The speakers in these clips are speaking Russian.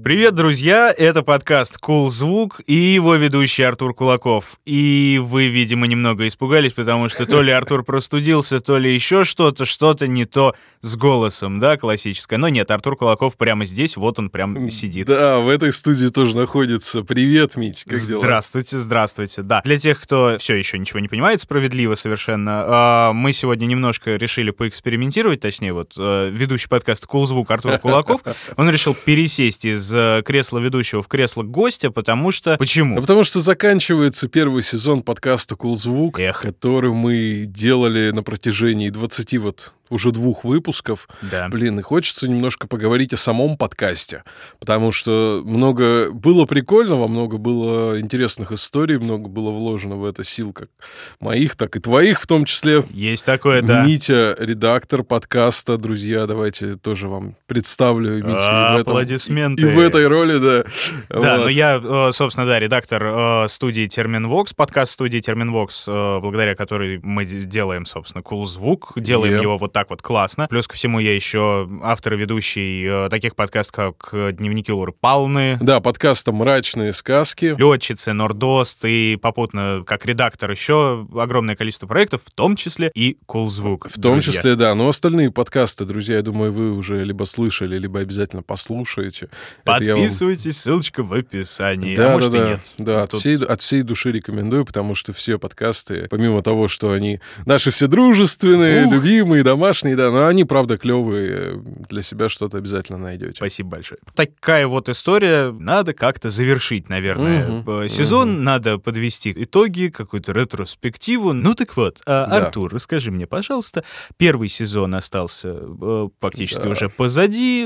Привет, друзья! Это подкаст «Cool Звук» и его ведущий Артур Кулаков. И вы, видимо, немного испугались, потому что то ли Артур простудился, то ли еще что-то не то с голосом, да, классическое. Но нет, Артур Кулаков прямо здесь, вот он прям сидит. Да, в этой студии тоже находится. Привет, Мить, как дела? Здравствуйте, да. Для тех, кто все еще ничего не понимает, справедливо совершенно, мы сегодня немножко решили поэкспериментировать, точнее, вот ведущий подкаста «Cool Звук» Артур Кулаков, он решил пересесть из кресла ведущего в кресло гостя, потому что... Почему? Да потому что заканчивается первый сезон подкаста «Cool Звук», который мы делали на протяжении 20 уже 2 выпусков. Да. Блин, и хочется немножко поговорить о самом подкасте, потому что много было прикольного, много было интересных историй, много было вложено в это сил как моих, так и твоих в том числе. Есть такое, да. Митя, редактор подкаста, друзья, давайте тоже вам представлю Митю аплодисменты. И в этой роли, да. Да, вот. Но я, собственно, да, редактор студии Терминвокс, подкаст студии Терминвокс, благодаря которой мы делаем, собственно, Cool Звук, делаем его вот так вот классно. Плюс ко всему я еще автор и ведущий таких подкастов, как «Дневники Лоры Палны». Да, подкаста «Мрачные сказки». «Летчицы», «Нордост», и попутно как редактор еще огромное количество проектов, в том числе и Cool Звук. В том числе, да. Но остальные подкасты, друзья, я думаю, вы уже либо слышали, либо обязательно послушаете. Подписывайтесь, ссылочка в описании. Да, может, и нет. Да, от всей души рекомендую, потому что все подкасты, помимо того, что они наши все дружественные, любимые, домашние, да, но они, правда, клевые, для себя что-то обязательно найдете. Спасибо большое. Такая вот история, надо как-то завершить, наверное, сезон, надо подвести итоги, какую-то ретроспективу. Ну так вот, Артур, расскажи мне, пожалуйста, первый сезон остался фактически уже позади,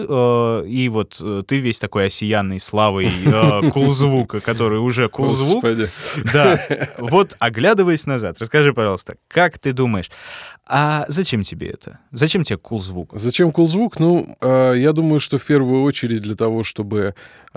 и вот ты весь такой осиянный славой Cool Звука, который уже Cool Звук. Да, вот оглядываясь назад, расскажи, пожалуйста, как ты думаешь, а зачем тебе это? Зачем тебе Cool Звук? Зачем Cool Звук? Ну, я думаю, что в первую очередь для того, чтобы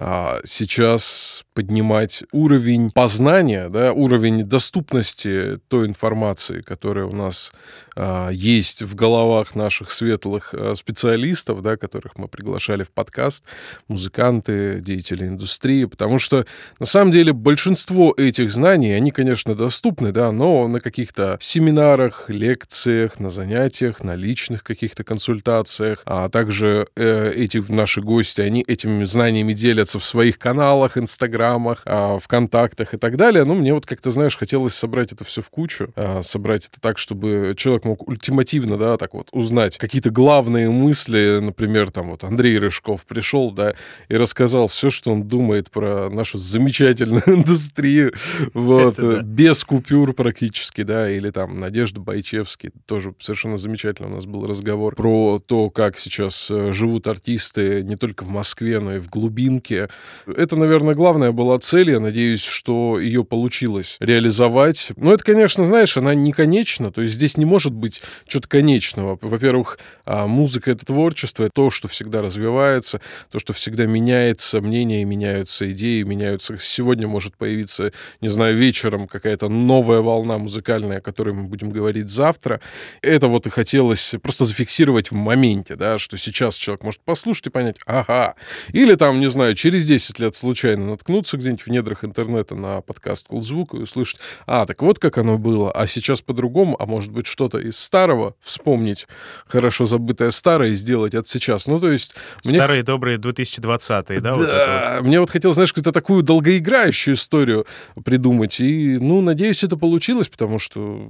сейчас поднимать уровень познания, да, уровень доступности той информации, которая у нас есть в головах наших светлых специалистов, да, которых мы приглашали в подкаст, музыканты, деятели индустрии, потому что на самом деле большинство этих знаний, они, конечно, доступны, да, но на каких-то семинарах, лекциях, на занятиях, на личных каких-то консультациях, а также эти наши гости, они этими знаниями делятся в своих каналах, инстаграмах, вконтактах и так далее. Ну, мне вот как-то, знаешь, хотелось собрать это все в кучу, собрать это так, чтобы человек мог ультимативно, да, так вот узнать какие-то главные мысли. Например, там вот Андрей Рыжков пришел, да, и рассказал все, что он думает про нашу замечательную индустрию, вот, без купюр практически, да, или там Надежда Бойчевский, тоже совершенно замечательно у нас был разговор про то, как сейчас живут артисты не только в Москве, но и в глубинке. Это, наверное, главная была цель. Я надеюсь, что ее получилось реализовать. Но это, конечно, знаешь, она не конечна. То есть здесь не может быть чего-то конечного. Во-первых, музыка — это творчество, это то, что всегда развивается, то, что всегда меняется, мнения меняются, идеи меняются. Сегодня может появиться, не знаю, вечером какая-то новая волна музыкальная, о которой мы будем говорить завтра. Это вот и хотелось просто зафиксировать в моменте, да, что сейчас человек может послушать и понять, ага. Или там, не знаю, через 10 лет случайно наткнуться где-нибудь в недрах интернета на подкаст Cool Звук и услышать, так вот как оно было, а сейчас по-другому, а может быть что-то из старого вспомнить, хорошо забытое старое, и сделать это сейчас. Ну, то есть... Старые добрые 2020-е, да? Да, вот это вот. Мне вот хотелось, знаешь, какую-то такую долгоиграющую историю придумать, и, ну, надеюсь, это получилось, потому что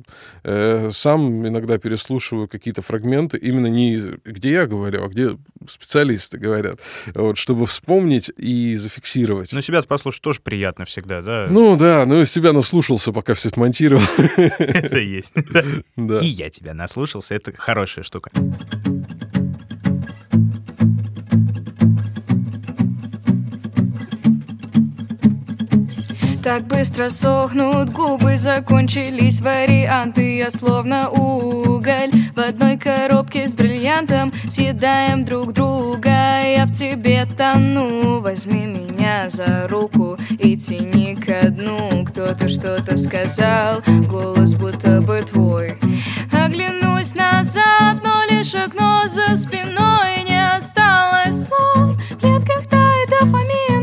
сам иногда переслушиваю какие-то фрагменты, именно не где я говорю, а где специалисты говорят, вот, чтобы вспомнить и зафиксировать. Но себя-то послушать тоже приятно всегда, да? Ну да, ну из себя наслушался, пока все это монтировал. Это есть. Да. И я тебя наслушался, это хорошая штука. Так быстро сохнут губы, закончились варианты. Я словно уголь в одной коробке с бриллиантом. Съедаем друг друга, я в тебе тону. Возьми меня за руку и тяни ко дну. Кто-то что-то сказал, голос будто бы твой. Оглянусь назад, но лишь окно за спиной. Не осталось слов, в клетках тает дофамин.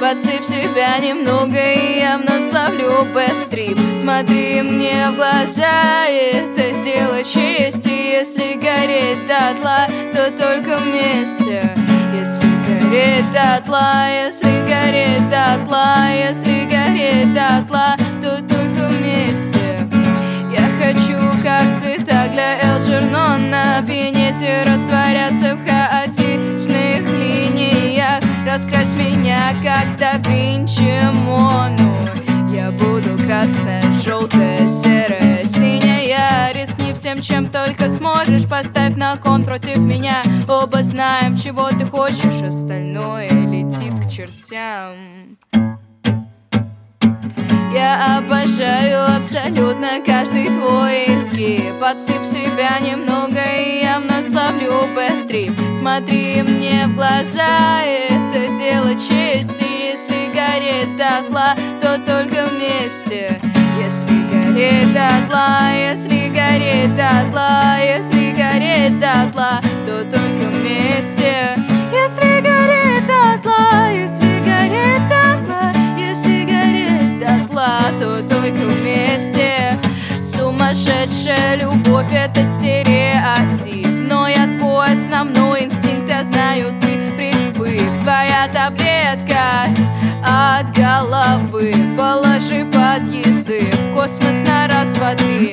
Подсыпь себя немного, и я вновь словлю бэт-трип. Смотри мне в глаза, и это дело чести. Если гореть дотла, то только вместе. Если гореть дотла, если гореть дотла, если гореть дотла, то только вместе. Я хочу, как цвета для Элджернон, на пинете растворяться в хаотичных линиях. Раскрась меня, как да Винчи Мону. Я буду красная, желтая, серая, синяя. Рискни всем, чем только сможешь. Поставь на кон против меня. Оба знаем, чего ты хочешь. Остальное летит к чертям. Я обожаю абсолютно каждый твой изгиб. Подсыпь себя немного, и я вновь словлю бэт-трип. Смотри мне в глаза, это дело чести. Если гореть дотла, то только вместе. Если гореть дотла, если гореть дотла, если гореть дотла, то только вместе. Если гореть дотла, если гореть дотла, если гореть дотла, то только вместе. Сумасшедшая любовь — это стереотип, но я твой основной инстинкт, я знаю, ты привык. Твоя таблетка от головы положи под язык, в космос на раз, два, три.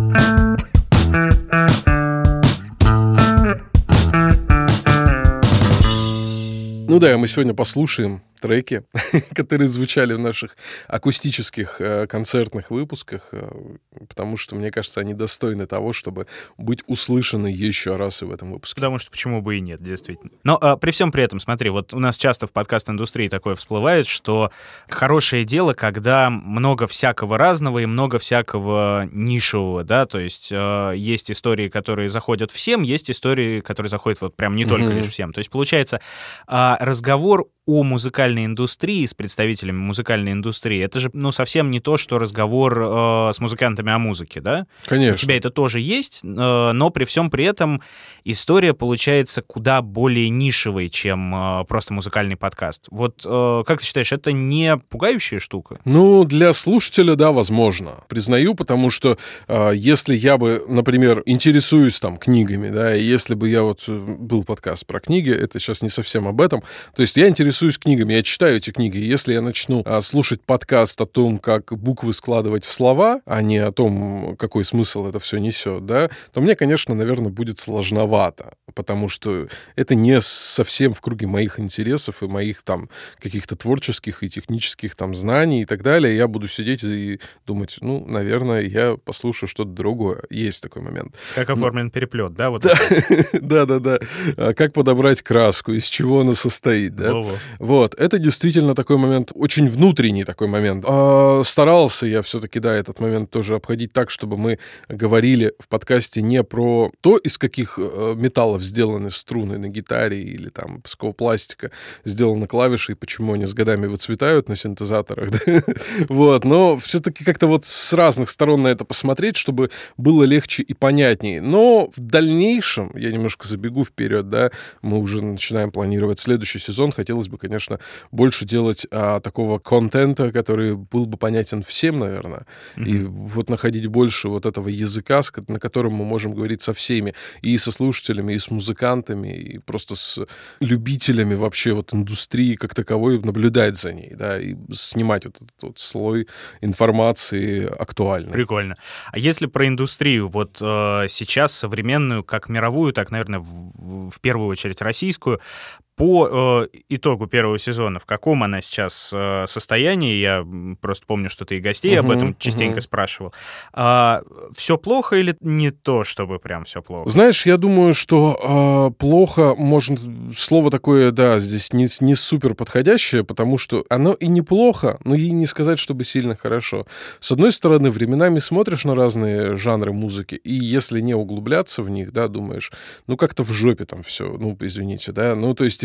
Ну да, мы сегодня послушаем треки, которые звучали в наших акустических концертных выпусках, потому что, мне кажется, они достойны того, чтобы быть услышаны еще раз и в этом выпуске. Потому что почему бы и нет, действительно. Но при всем при этом, смотри, вот у нас часто в подкаст-индустрии такое всплывает, что хорошее дело, когда много всякого разного и много всякого нишевого, да, то есть есть истории, которые заходят всем, есть истории, которые заходят вот прям не только лишь всем. То есть получается разговор о музыкальной индустрии с представителями музыкальной индустрии, это же, совсем не то, что разговор с музыкантами о музыке, да? Конечно. У тебя это тоже есть, но при всем при этом история получается куда более нишевой, чем просто музыкальный подкаст. Вот как ты считаешь, это не пугающая штука? Ну, для слушателя, да, возможно. Признаю, потому что если я бы, например, интересуюсь там книгами, да, и если бы я вот был подкаст про книги, это сейчас не совсем об этом, то есть я интересуюсь книгами, я читаю эти книги. Если я начну слушать подкаст о том, как буквы складывать в слова, а не о том, какой смысл это все несет, да, то мне, конечно, наверное, будет сложновато, потому что это не совсем в круге моих интересов и моих там каких-то творческих и технических там знаний и так далее. Я буду сидеть и думать, наверное, я послушаю что-то другое. Есть такой момент. Как оформлен переплет, да? Вот да. Как подобрать краску, из чего она состоит, да? Вот, это действительно такой момент, очень внутренний такой момент. Старался я все-таки, да, этот момент тоже обходить так, чтобы мы говорили в подкасте не про то, из каких металлов сделаны струны на гитаре или там из какого пластика сделаны клавиши и почему они с годами выцветают на синтезаторах, да? Вот, но все-таки как-то вот с разных сторон на это посмотреть, чтобы было легче и понятнее. Но в дальнейшем, я немножко забегу вперед, да, мы уже начинаем планировать следующий сезон, хотелось бы, конечно, больше делать такого контента, который был бы понятен всем, наверное, и вот находить больше вот этого языка, на котором мы можем говорить со всеми, и со слушателями, и с музыкантами, и просто с любителями вообще вот индустрии как таковой, наблюдать за ней, да, и снимать вот этот вот слой информации актуальный. Прикольно. А если про индустрию, вот сейчас современную, как мировую, так, наверное, в первую очередь российскую, по итогу первого сезона, в каком она сейчас состоянии, я просто помню, что ты и гостей об этом частенько спрашивал, все плохо или не то, чтобы прям все плохо? Знаешь, я думаю, что плохо, можно, слово такое, да, здесь не супер подходящее, потому что оно и неплохо, но и не сказать, чтобы сильно хорошо. С одной стороны, временами смотришь на разные жанры музыки, и если не углубляться в них, да, думаешь, как-то в жопе там все, извините, да, то есть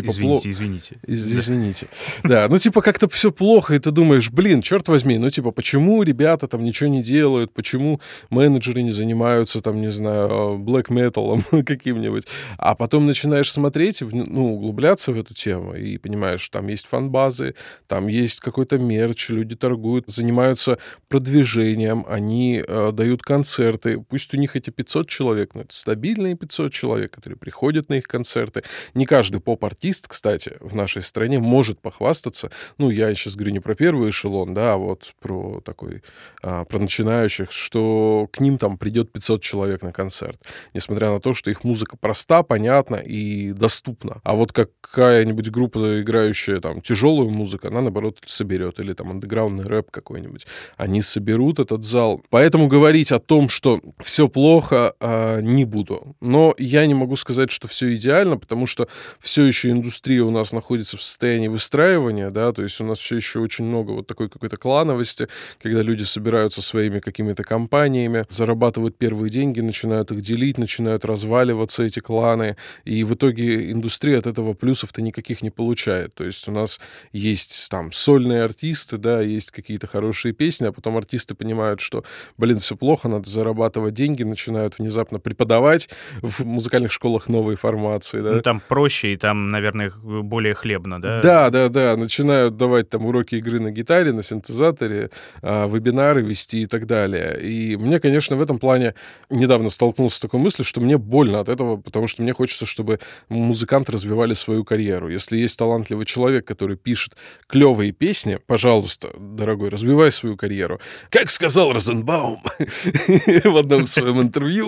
плохо. Извините. Извините. Да, ну, типа, как-то все плохо, и ты думаешь, блин, черт возьми, ну, типа, почему ребята там ничего не делают, почему менеджеры не занимаются, там, не знаю, блэк-металом каким-нибудь. А потом начинаешь смотреть, ну, углубляться в эту тему, и понимаешь, там есть фан-базы, там есть какой-то мерч, люди торгуют, занимаются продвижением, они дают концерты. Пусть у них эти 500 человек, но это стабильные 500 человек, которые приходят на их концерты. Не каждый поп-артист, кстати, в нашей стране может похвастаться. Ну, я сейчас говорю не про первый эшелон, да, а вот про такой, про начинающих, что к ним там придет 500 человек на концерт. Несмотря на то, что их музыка проста, понятна и доступна. А вот какая-нибудь группа, играющая там тяжелую музыку, она, наоборот, соберет. Или там андеграундный рэп какой-нибудь. Они соберут этот зал. Поэтому говорить о том, что все плохо, не буду. Но я не могу сказать, что все идеально, потому что все еще индустрия у нас находится в состоянии выстраивания, да, то есть у нас все еще очень много вот такой какой-то клановости, когда люди собираются своими какими-то компаниями, зарабатывают первые деньги, начинают их делить, начинают разваливаться эти кланы, и в итоге индустрия от этого плюсов-то никаких не получает. То есть у нас есть там сольные артисты, да, есть какие-то хорошие песни, а потом артисты понимают, что, блин, все плохо, надо зарабатывать деньги, начинают внезапно преподавать в музыкальных школах новой формации, да. Ну, там проще, и там, наверное, более хлебно, да? Да. Начинают давать там уроки игры на гитаре, на синтезаторе, вебинары вести и так далее. И мне, конечно, в этом плане недавно столкнулся с такой мыслью, что мне больно от этого, потому что мне хочется, чтобы музыканты развивали сваю карьеру. Если есть талантливый человек, который пишет клевые песни, пожалуйста, дорогой, развивай свою карьеру. Как сказал Розенбаум в одном своем интервью,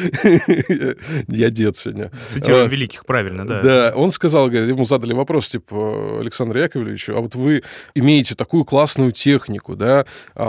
я дед сегодня. Цитируем великих, правильно, да. Да, он сказал, говорит, ему задали вопрос, типа, Александру Яковлевичу, а вот вы имеете такую классную технику, да,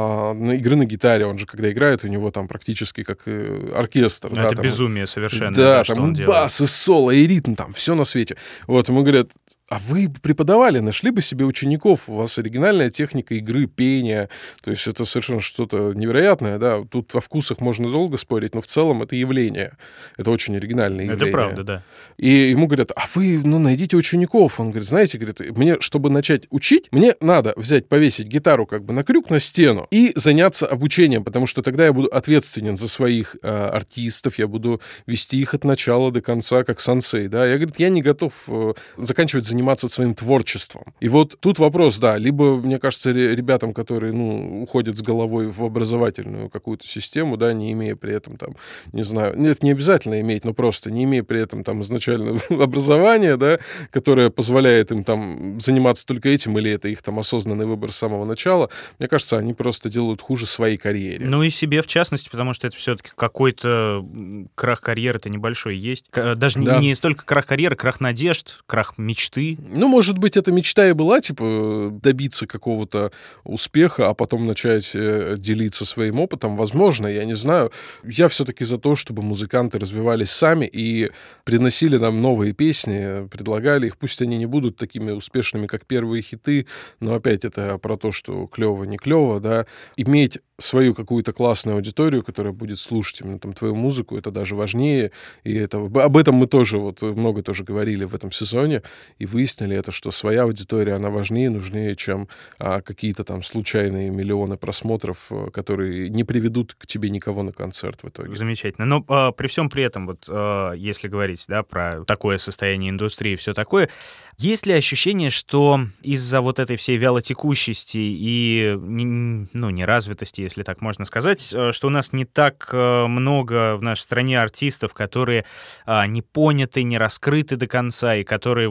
игры на гитаре, он же, когда играет, у него там практически как оркестр. Да, это там, безумие совершенно. Да, там и бас, и соло, и ритм, там все на свете. Вот, ему говорят, а вы преподавали, нашли бы себе учеников, у вас оригинальная техника игры, пения, то есть это совершенно что-то невероятное, да, тут во вкусах можно долго спорить, но в целом это явление, это очень оригинальное явление. Это правда, да. И ему говорят, а вы, найдите учеников, он говорит, знаете, говорит, мне, чтобы начать учить, мне надо взять, повесить гитару как бы на крюк, на стену и заняться обучением, потому что тогда я буду ответственен за своих артистов, я буду вести их от начала до конца, как сенсей, да, я, говорит, я не готов заканчивать заниматься своим творчеством. И вот тут вопрос, да, либо, мне кажется, ребятам, которые, уходят с головой в образовательную какую-то систему, да, не имея при этом там, не знаю, нет, не обязательно иметь, но просто не имея при этом там изначально образования, да, которое позволяет им там заниматься только этим, или это их там осознанный выбор с самого начала, мне кажется, они просто делают хуже своей карьере. Ну и себе в частности, потому что это все-таки какой-то крах карьеры-то небольшой есть. Даже не столько крах карьеры, крах надежд, крах мечты. Может быть, эта мечта и была, типа, добиться какого-то успеха, а потом начать делиться своим опытом. Возможно, я не знаю. Я все-таки за то, чтобы музыканты развивались сами и приносили нам новые песни, предлагали их. Пусть они не будут такими успешными, как первые хиты, но опять это про то, что клево, не клево, да. Иметь свою какую-то классную аудиторию, которая будет слушать именно там твою музыку, это даже важнее. И об этом мы тоже много тоже говорили в этом сезоне и выяснили это, что своя аудитория, она важнее, нужнее, чем какие-то там случайные миллионы просмотров, которые не приведут к тебе никого на концерт в итоге. Замечательно. Но при всем при этом, если говорить, да, про такое состояние индустрии и все такое, есть ли ощущение, что из-за вот этой всей вялотекущести и неразвитости, если так можно сказать, что у нас не так много в нашей стране артистов, которые не поняты, не раскрыты до конца, и которые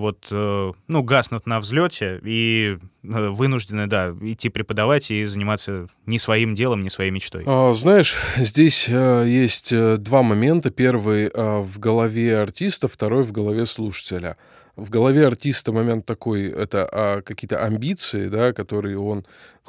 гаснут на взлете и вынуждены, да, идти преподавать и заниматься не своим делом, не своей мечтой? Знаешь, здесь есть два момента. Первый в голове артиста, второй в голове слушателя. В голове артиста момент такой, это какие-то амбиции, да, которые он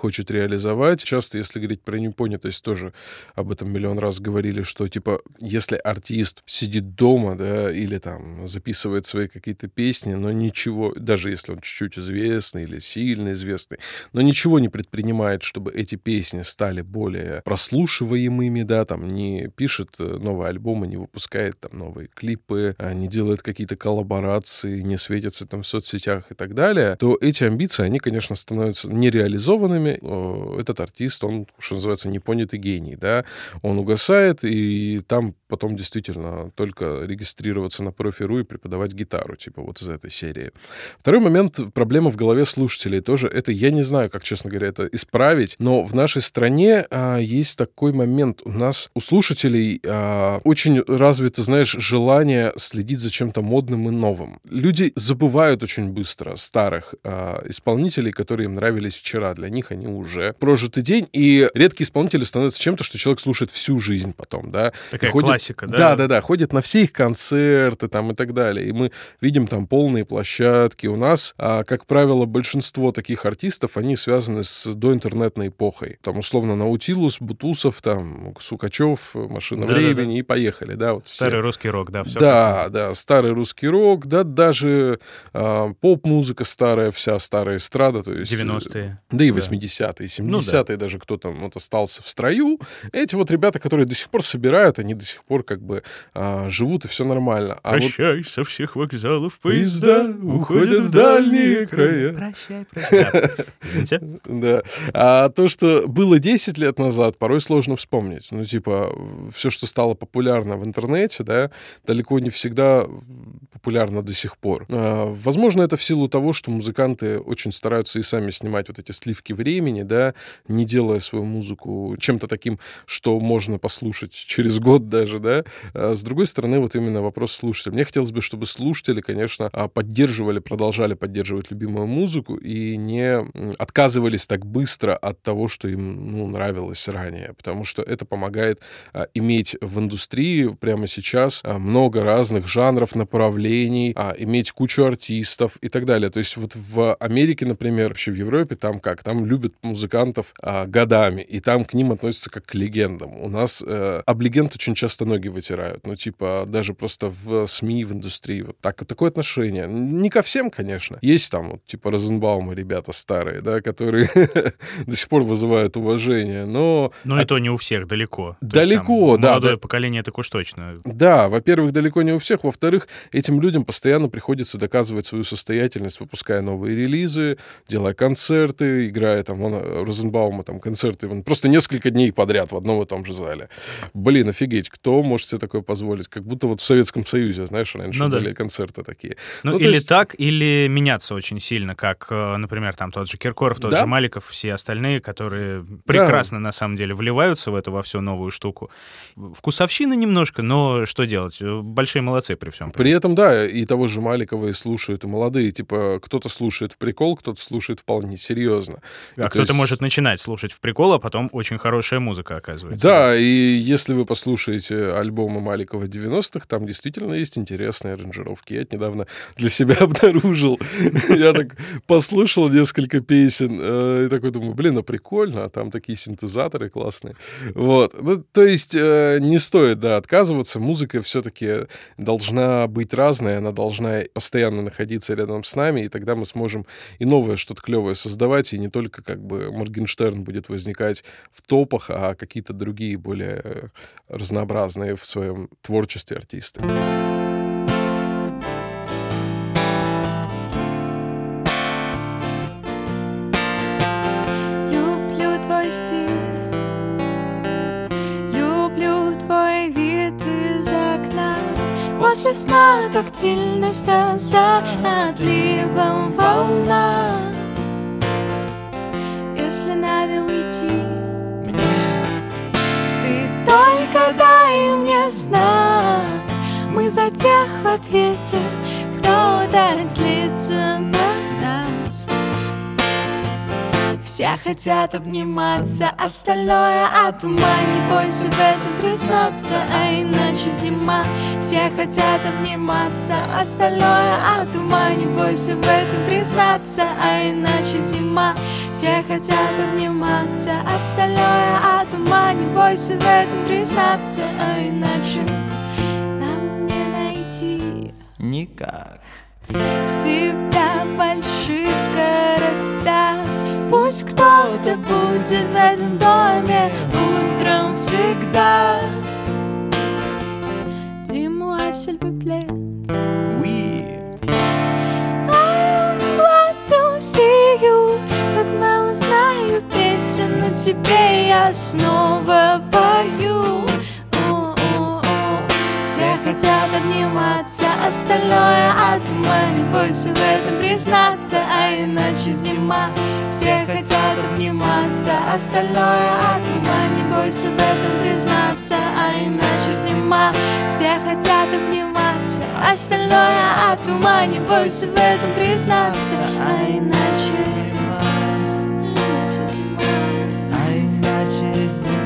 хочет реализовать. Часто, если говорить про непонятость, тоже об этом миллион раз говорили, что, типа, если артист сидит дома, да, или там записывает свои какие-то песни, но ничего, даже если он чуть-чуть известный или сильно известный, но ничего не предпринимает, чтобы эти песни стали более прослушиваемыми, да, там, не пишет новые альбомы, не выпускает там новые клипы, не делает какие-то коллаборации, не светится там в соцсетях и так далее, то эти амбиции, они, конечно, становятся нереализованными. Этот артист, он, что называется, непонятый гений, да, он угасает, и там потом действительно только регистрироваться на профи.ру и преподавать гитару, типа вот из этой серии. Второй момент, проблема в голове слушателей тоже, это я не знаю, как, честно говоря, это исправить, но в нашей стране есть такой момент, у слушателей очень развито, знаешь, желание следить за чем-то модным и новым. Люди забывают очень быстро старых исполнителей, которые им нравились вчера. Для них они уже прожитый день, и редкие исполнители становятся чем-то, что человек слушает всю жизнь потом, да. Такая классика, да? Да, ходит на все их концерты там и так далее. И мы видим там полные площадки. У нас, как правило, большинство таких артистов, они связаны с доинтернетной эпохой. Там, условно, Наутилус, Бутусов, там, Сукачев, Машина времени, и поехали, да. Вот старый русский рок, да, все. Да, старый русский рок, да, даже поп-музыка старая, вся старая эстрада, то есть... 90-е. Да и 80-е, 70-е, даже кто там вот остался в строю. Эти вот ребята, которые до сих пор собирают, они до сих пор как бы живут, и все нормально. Прощай, со всех вокзалов поезда уходят в дальние края. Прощай. Извините. Да. А то, что было 10 лет назад, порой сложно вспомнить. Ну, типа, все, что стало популярно в интернете, да, далеко не всегда популярно до сих пор. Возможно, это в силу того, что музыканты очень стараются и сами снимать вот эти сливки времени, да, не делая свою музыку чем-то таким, что можно послушать через год даже, да. С другой стороны, вот именно вопрос слушателя. Мне хотелось бы, чтобы слушатели, конечно, продолжали поддерживать любимую музыку и не отказывались так быстро от того, что им, нравилось ранее, потому что это помогает иметь в индустрии прямо сейчас много разных жанров, направлений, иметь кучу артистов и так далее. То есть вот в Америке, например, вообще в Европе, там любят музыкантов годами, и там к ним относятся как к легендам. У нас об легенд очень часто ноги вытирают, даже просто в СМИ, в индустрии. Вот такое отношение. Не ко всем, конечно. Есть там вот типа Розенбаумы, ребята старые, да, которые до сих пор вызывают уважение, но... и то не у всех, далеко. Далеко, да. Молодое поколение так уж точно. Да, во-первых, далеко не у всех. Во-вторых, этим людям постоянно приходится доказывать свою состоятельность, выпуская новые релизы, делая концерты, играя там, Розенбаума там концерты, просто несколько дней подряд в одном и том же зале. Блин, офигеть, кто может себе такое позволить? Как будто вот в Советском Союзе, знаешь, раньше были концерты такие. Или так, или меняться очень сильно, как, например, там тот же Киркоров, тот же Маликов, все остальные, которые прекрасно, на самом деле, вливаются в эту во всю новую штуку. Вкусовщина немножко, но что делать? Большие молодцы при всем. При этом, да, и того же Маликова и слушают, и молодые. Типа, кто-то слушает в прикол, кто-то слушает вполне серьезно. Кто-то может начинать слушать в прикол, а потом очень хорошая музыка оказывается. Да, и если вы послушаете альбомы Маликова 90-х, там действительно есть интересные аранжировки. Я это недавно для себя обнаружил. Я так послушал несколько песен и такой думаю, прикольно, а там такие синтезаторы классные. Вот. То есть не стоит, отказываться. Музыка все-таки должна быть разная, она должна постоянно находиться рядом с нами, и тогда мы сможем и новое что-то клевое создавать, и не только как бы Моргенштерн будет возникать в топах, а какие-то другие более разнообразные в своем творчестве артисты. Люблю твой стиль, люблю твой вид из окна. После сна тактильность за отливом волна. Если надо уйти, ты только дай мне знак. Мы за тех в ответе, кто так злится на нас. Все хотят обниматься, остальное от ума. Не бойся в этом признаться, а иначе зима. Все хотят обниматься, остальное от ума. Не бойся в этом признаться, а иначе зима. Все хотят обниматься, остальное от ума. Не бойся в этом признаться, а иначе нам не найти никак себя в больших городах. Пусть кто-то будет в этом доме утром всегда. Dis-moi, s'il vous plaît. Oui. I'm glad to see you. Так мало знаю песен, но тебе я снова пою. Все хотят обниматься, остальное от ума. Не бойся в этом признаться, а иначе зима. Все хотят обниматься, остальное от ума. Не бойся в этом признаться, а иначе зима. Все хотят обниматься, остальное от ума. Не бойся в этом признаться, а иначе зима. Иначе зима. А иначе зима.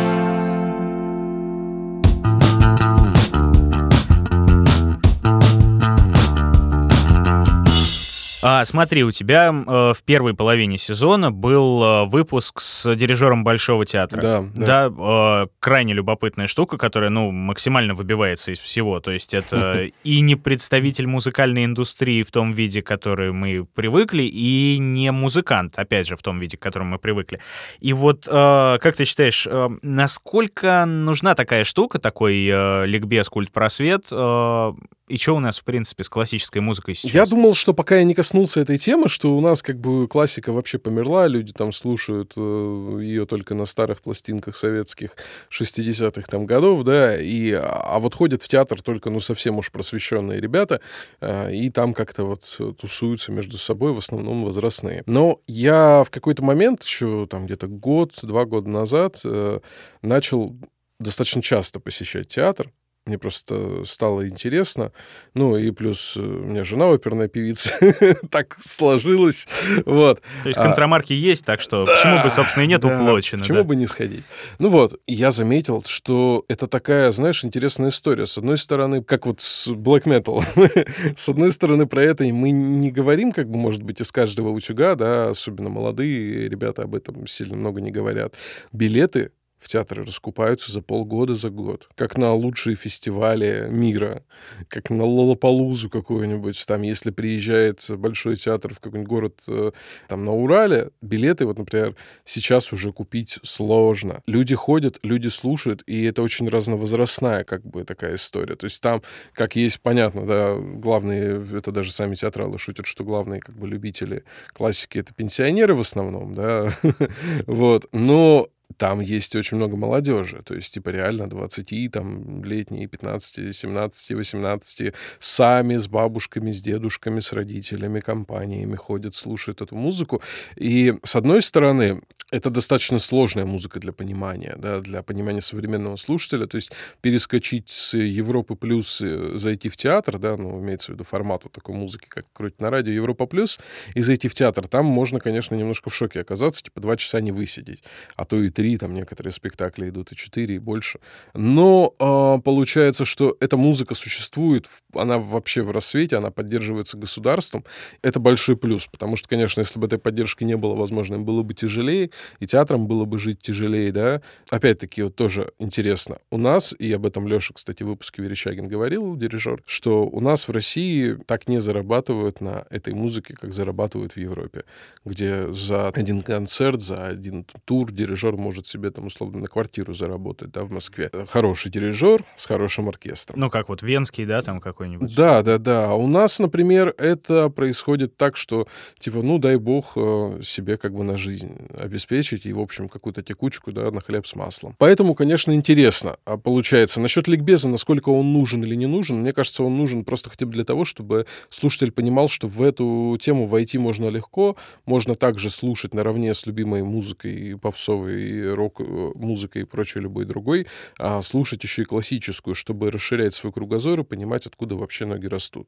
Смотри, у тебя в первой половине сезона был выпуск с дирижером Большого театра. Да. Крайне любопытная штука, которая, максимально выбивается из всего. То есть это и не представитель музыкальной индустрии в том виде, к которой мы привыкли, и не музыкант, опять же, в том виде, к которому мы привыкли. И вот, как ты считаешь, насколько нужна такая штука, такой ликбез, культпросвет, и что у нас, в принципе, с классической музыкой сейчас? Я думал, что пока я не коснулся этой темы, что у нас как бы классика вообще померла, люди там слушают ее только на старых пластинках советских 60-х там годов, да, а вот ходят в театр только, совсем уж просвещенные ребята, и там как-то вот тусуются между собой, в основном возрастные. Но я в какой-то момент, еще там где-то 2 года назад, начал достаточно часто посещать театр. Мне просто стало интересно. И плюс у меня жена оперная певица. Так сложилось. Вот. То есть контрамарки есть, так что почему бы, собственно, и нет уплочено. Почему бы не сходить? Я заметил, что это такая, знаешь, интересная история. С одной стороны, как вот с Black Metal. С одной стороны, про это мы не говорим, как бы, может быть, из каждого утюга, да, особенно молодые ребята об этом сильно много не говорят. Билеты в театры раскупаются за полгода, за год. Как на лучшие фестивали мира, как на Лоллапалузу какую-нибудь. Там, если приезжает большой театр в какой-нибудь город там на Урале, билеты, вот, например, сейчас уже купить сложно. Люди ходят, люди слушают, и это очень разновозрастная как бы такая история. То есть там, как есть, понятно, да, главные, это даже сами театралы шутят, что главные как бы любители классики — это пенсионеры в основном, да, вот, но там есть очень много молодежи, то есть, реально 20, там, летние, 15, 17, 18, сами с бабушками, с дедушками, с родителями, компаниями ходят, слушают эту музыку. И, с одной стороны, это достаточно сложная музыка для понимания, да, для понимания современного слушателя, то есть перескочить с Европы плюс, зайти в театр, да, имеется в виду формат вот такой музыки, как крутит на радио Европа плюс, и зайти в театр, там можно, конечно, немножко в шоке оказаться, 2 часа не высидеть, а то и 3, там некоторые спектакли идут и 4, и больше. Но получается, что эта музыка существует, она вообще в рассвете, она поддерживается государством. Это большой плюс, потому что, конечно, если бы этой поддержки не было, возможно, им было бы тяжелее, и театрам было бы жить тяжелее, да. Опять-таки, вот тоже интересно. У нас, и об этом Леша, кстати, в выпуске Верещагин говорил, дирижер, что у нас в России так не зарабатывают на этой музыке, как зарабатывают в Европе, где за один концерт, за один тур дирижер может себе там условно на квартиру заработать, да, в Москве. Хороший дирижер с хорошим оркестром. Как вот венский, да, там какой-нибудь. Да. У нас, например, это происходит так, что, дай бог себе как бы на жизнь обеспечить и, в общем, какую-то текучку, да, на хлеб с маслом. Поэтому, конечно, интересно получается. Насчет ликбеза, насколько он нужен или не нужен, мне кажется, он нужен просто хотя бы для того, чтобы слушатель понимал, что в эту тему войти можно легко, можно также слушать наравне с любимой музыкой попсовой и рок-музыкой и прочее любой другой, а слушать еще и классическую, чтобы расширять свой кругозор и понимать, откуда вообще ноги растут.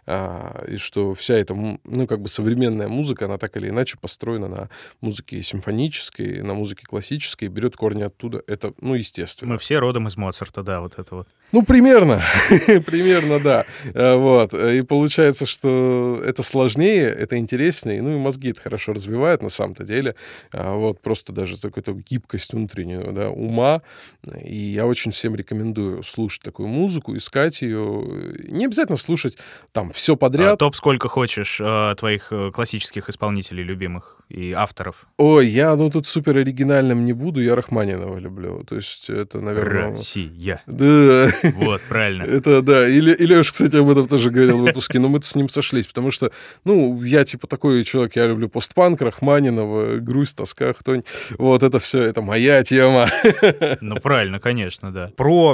И что вся эта, современная музыка, она так или иначе построена на музыке симфонической, на музыке классической, берет корни оттуда. Это, естественно. Мы все родом из Моцарта, да, вот это вот. Примерно. Примерно, да. Вот. И получается, что это сложнее, это интереснее, и мозги это хорошо развивает на самом-то деле. Вот. Просто даже какую-то гибкость внутреннего, да, ума. И я очень всем рекомендую слушать такую музыку, искать ее. Не обязательно слушать там все подряд. Топ сколько хочешь твоих классических исполнителей любимых и авторов? Ой, я тут супер оригинальным не буду, я Рахманинова люблю. То есть это, наверное... Россия. Да. Вот, правильно. Это, да. И Леша, кстати, об этом тоже говорил в выпуске, но мы-то с ним сошлись, потому что, я такой человек, я люблю постпанк, Рахманинова, грусть, тоска, хтонь. Вот это все, это моя тема. Правильно, конечно, да.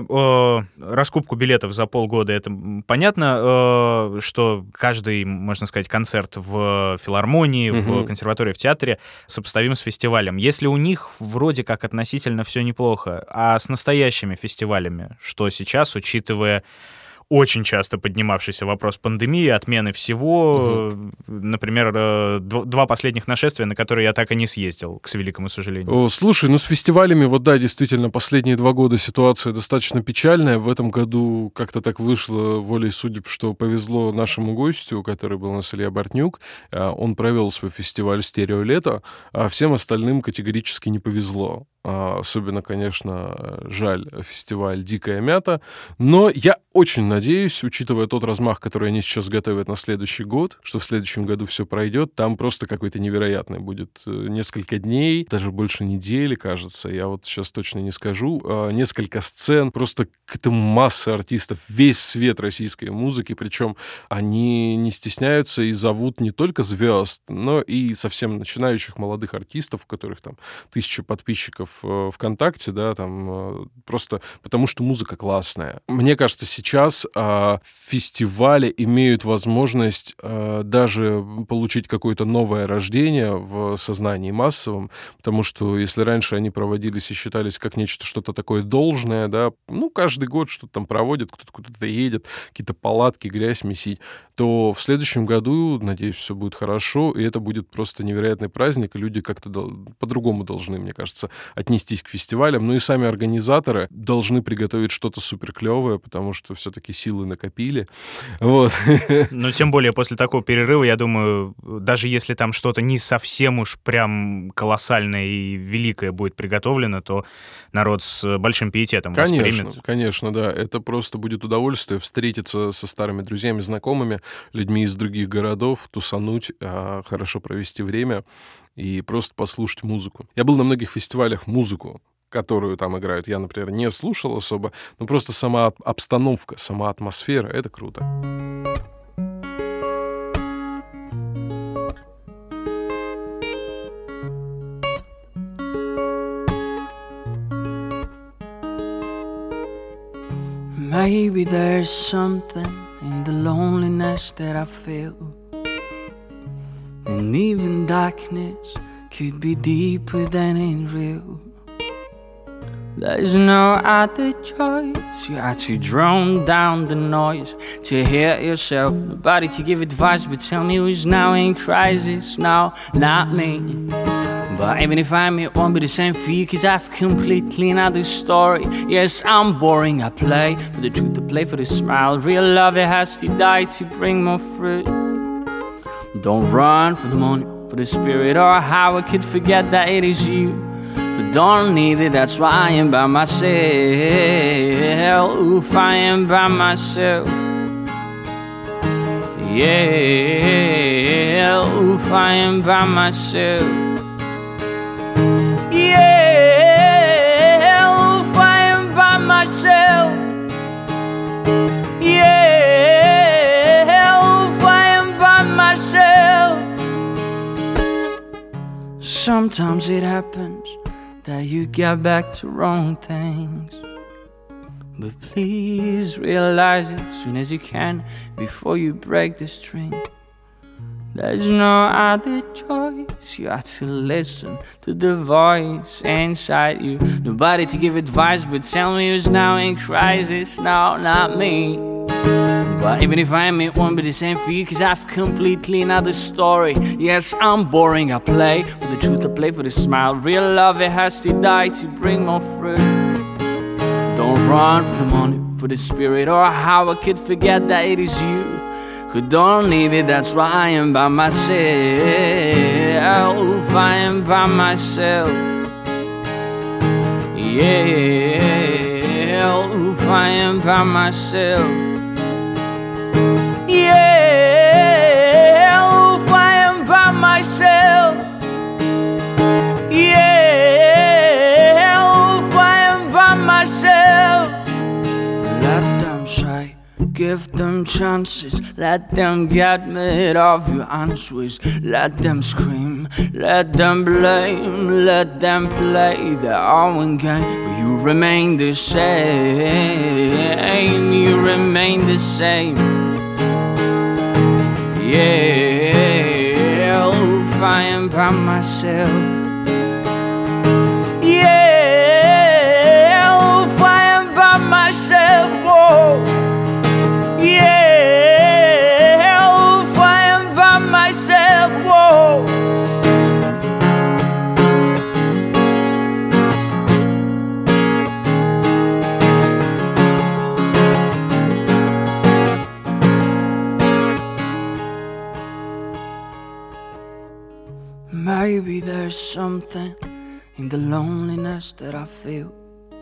Про раскупку билетов за полгода это понятно, что каждый, можно сказать, концерт в филармонии, в консерватории, в театре сопоставим с фестивалем. Если у них вроде как относительно все неплохо, а с настоящими фестивалями, что сейчас, учитывая очень часто поднимавшийся вопрос пандемии, отмены всего. Например, 2 последних нашествия, на которые я так и не съездил, к великому сожалению. Слушай, с фестивалями, действительно, последние 2 года ситуация достаточно печальная. В этом году как-то так вышло волей судеб, что повезло нашему гостю, который был у нас Илья Бортнюк. Он провел свой фестиваль «Стереолето», а всем остальным категорически не повезло. Особенно, конечно, жаль фестиваль «Дикая мята». Но я очень надеюсь, учитывая тот размах, который они сейчас готовят на следующий год, что в следующем году все пройдет, там просто какой-то невероятный будет несколько дней, даже больше недели, кажется. Я сейчас точно не скажу. Несколько сцен, просто какая-то масса артистов, весь свет российской музыки, причем они не стесняются и зовут не только звезд, но и совсем начинающих молодых артистов, у которых там 1000 подписчиков ВКонтакте, да, там просто потому, что музыка классная. Мне кажется, сейчас фестивали имеют возможность даже получить какое-то новое рождение в сознании массовом, потому что если раньше они проводились и считались как нечто, что-то такое должное, да, каждый год что-то там проводят, кто-то куда-то едет, какие-то палатки, грязь месить, то в следующем году, надеюсь, все будет хорошо, и это будет просто невероятный праздник, и люди как-то по-другому должны, мне кажется, отнестись к фестивалям. И сами организаторы должны приготовить что-то суперклевое, потому что все-таки силы накопили. Вот. Тем более после такого перерыва, я думаю, даже если там что-то не совсем уж прям колоссальное и великое будет приготовлено, то народ с большим пиететом воспримет. Конечно, да. Это просто будет удовольствие встретиться со старыми друзьями, знакомыми, людьми из других городов, тусануть, хорошо провести время и просто послушать музыку. Я был на многих фестивалях музыку, которую там играют. Я, например, не слушал особо, но просто сама обстановка, сама атмосфера — это круто. Maybe there's something in the loneliness that I feel, and even darkness could be deeper than it's real. There's no other choice. You are to drown down the noise, to hear yourself. Nobody to give advice, but tell me who's now in crisis. No, not me. But even if I'm, it won't be the same for you, 'cause I've completely another story. Yes, I'm boring, I play for the truth, I play for the smile. Real love, it has to die to bring more fruit. Don't run for the money, for the spirit, or how I could forget that it is you. But don't need it, that's why I am by myself. Oof, I am by myself. Yeah, oof, I am by myself. Yeah, oof, I am by myself. Yeah, oof, I am by myself. Sometimes it happens that you get back to wrong things, but please realize it as soon as you can, before you break the string. There's no other choice. You have to listen to the voice inside you. Nobody to give advice, but tell me who's now in crisis. No, not me. But even if I am, it won't be the same for you, cause I've completely another story. Yes, I'm boring, I play for the truth, I play for the smile. Real love, it has to die to bring more fruit. Don't run for the money, for the spirit, or how I could forget that it is you who don't need it. That's why I am by myself. I am by myself. Yeah, I am by myself. Yeah, I am by myself. Yeah, I am by myself. Let them say, give them chances, let them get mad of your answers. Let them scream, let them blame, let them play their own game. But you remain the same, you remain the same. Yeah, I am by myself. Yeah, I am by myself. Whoa. Yeah, I am by myself. Whoa. Maybe there's something in the loneliness that I feel.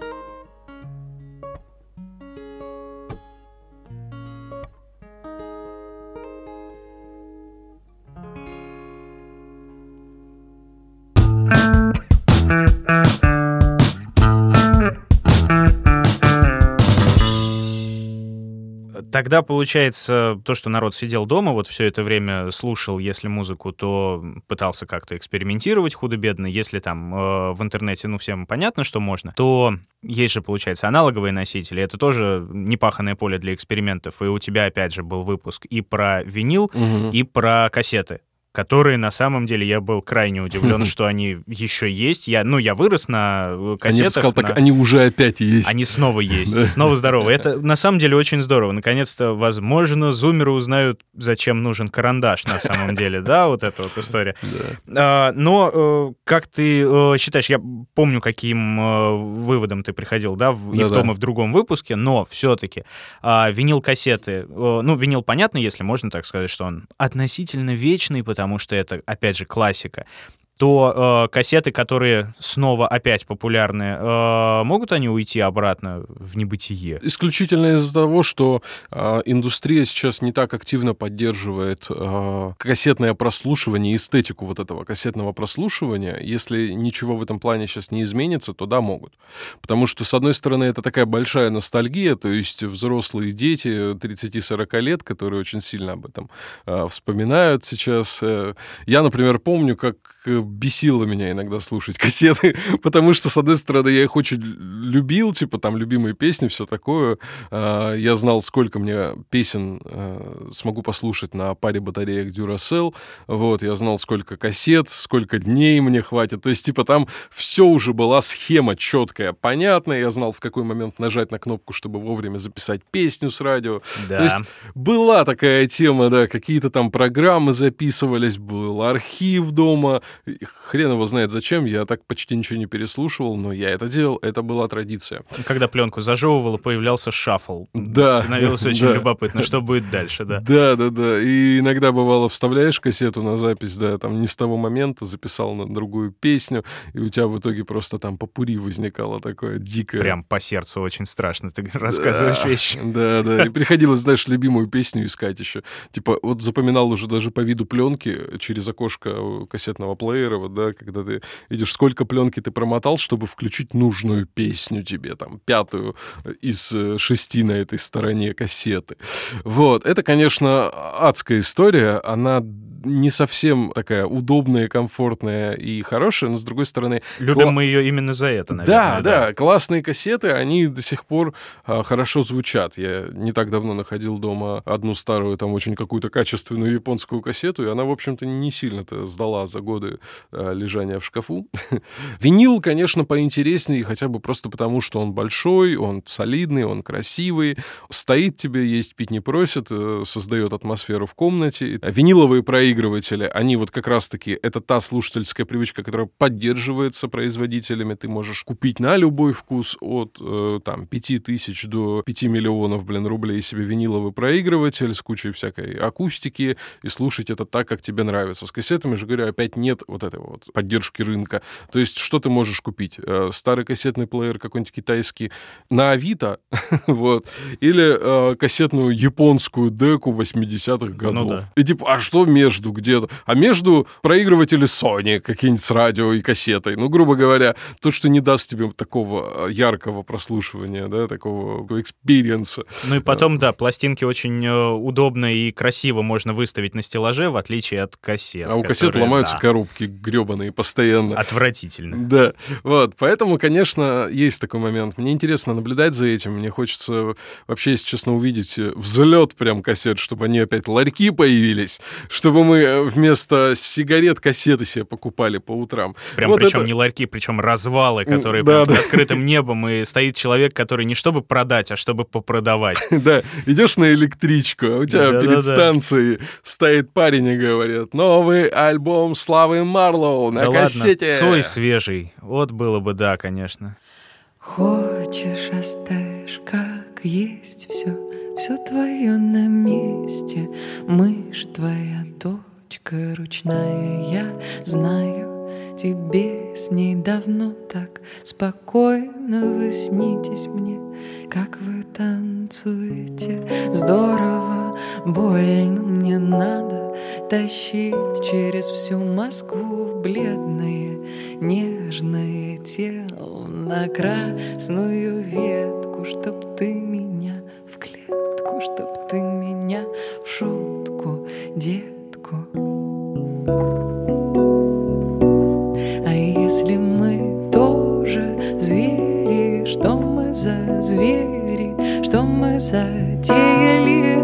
Тогда получается то, что народ сидел дома, вот все это время слушал, если музыку, то пытался как-то экспериментировать худо-бедно. Если там в интернете, ну, всем понятно, что можно, то есть же, получается, аналоговые носители. Это тоже непаханное поле для экспериментов. И у тебя, опять же, был выпуск и про винил, и про кассеты, которые, на самом деле, я был крайне удивлен, что они еще есть. Я вырос на кассетах. Я бы сказал так, они уже опять есть. Они снова есть, снова здоровы. Это, на самом деле, очень здорово. Наконец-то, возможно, зумеры узнают, зачем нужен карандаш, на самом деле, да, вот эта вот история. Но, как ты считаешь, я помню, каким выводом ты приходил, да, и в том, и в другом выпуске, но все-таки винил-кассеты, винил, понятно, если можно так сказать, что он относительно вечный, потому что это, опять же, классика, то кассеты, которые снова опять популярны, могут они уйти обратно в небытие? Исключительно из-за того, что индустрия сейчас не так активно поддерживает кассетное прослушивание, эстетику вот этого кассетного прослушивания. Если ничего в этом плане сейчас не изменится, то да, могут. Потому что, с одной стороны, это такая большая ностальгия, то есть взрослые дети 30-40 лет, которые очень сильно об этом вспоминают сейчас. Я, например, помню, как бесило меня иногда слушать кассеты, потому что, с одной стороны, я их очень любил, типа там любимые песни, все такое. Я знал, сколько мне песен смогу послушать на паре батареек Duracell. Вот, я знал, сколько кассет, сколько дней мне хватит. То есть, типа, там все уже была схема четкая, понятная. Я знал, в какой момент нажать на кнопку, чтобы вовремя записать песню с радио. Да. То есть, была такая тема, да, какие-то там программы записывались, был архив дома. Хрен его знает зачем, я так почти ничего не переслушивал, но я это делал, это была традиция. Когда пленку зажевывало, появлялся шаффл. Да. Становилось очень любопытно, что будет дальше, да. Да. И иногда бывало, вставляешь кассету на запись, да, там не с того момента, записал на другую песню, и у тебя в итоге просто там попурри возникало такое дикое. Прям по сердцу очень страшно ты рассказываешь вещи. Да. И приходилось, знаешь, любимую песню искать еще. Типа, вот запоминал уже даже по виду пленки через окошко кассетного плеера, плеера, вот, да, когда ты видишь, сколько пленки ты промотал, чтобы включить нужную песню тебе, там, 5-ю из 6 на этой стороне кассеты. Вот, это, конечно, адская история, она не совсем такая удобная, комфортная и хорошая, но, с другой стороны... Любим мы ее именно за это, наверное. Да, классные кассеты, они до сих пор хорошо звучат. Я не так давно находил дома одну старую, там, очень какую-то качественную японскую кассету, и она, в общем-то, не сильно-то сдала за годы лежания в шкафу. Винил, конечно, поинтереснее, хотя бы просто потому, что он большой, он солидный, он красивый, стоит тебе, есть пить не просит, создает атмосферу в комнате. Виниловые проигрыватели, они вот как раз-таки, это та слушательская привычка, которая поддерживается производителями. Ты можешь купить на любой вкус от там 5000 до 5 миллионов, рублей себе виниловый проигрыватель с кучей всякой акустики и слушать это так, как тебе нравится. С кассетами же, говорю, опять нет вот этой вот поддержки рынка. То есть что ты можешь купить? Старый кассетный плеер какой-нибудь китайский на Авито, вот, или кассетную японскую деку 80-х годов. Ну, да. И типа, а что между где-то? А между проигрыватели Sony какие-нибудь с радио и кассетой. Ну, грубо говоря, то, что не даст тебе такого яркого прослушивания, да, такого экспириенса. Ну и потом, да, пластинки очень удобно и красиво можно выставить на стеллаже, в отличие от кассет. А у кассет ломаются коробки гребаные постоянно. Отвратительно. Да, вот, поэтому, конечно, есть такой момент. Мне интересно наблюдать за этим, мне хочется вообще, если честно, увидеть взлет прям кассет, чтобы они опять ларьки появились, чтобы мы вместо сигарет кассеты себе покупали по утрам. Прям вот причем это... не ларьки, причем развалы, которые прям под открытым небом, и стоит человек, который не чтобы продать, а чтобы попродавать. Да, идешь на электричку, а у тебя перед станцией стоит парень и говорит: новый альбом Славы Марлоу на кассете. Ладно, Цой свежий. Вот было бы, да, конечно. Хочешь, оставишь как есть все твое на месте. Мышь твоя, дочка ручная, я знаю. Тебе с ней давно так спокойно. Вы снитесь мне, как вы танцуете. Здорово, больно, мне надо тащить через всю Москву бледное, нежное тело на красную ветку, чтоб ты меня в клетку, чтоб ты меня в шутку, детку. А если мы тоже звери, что мы за звери, что мы затеяли?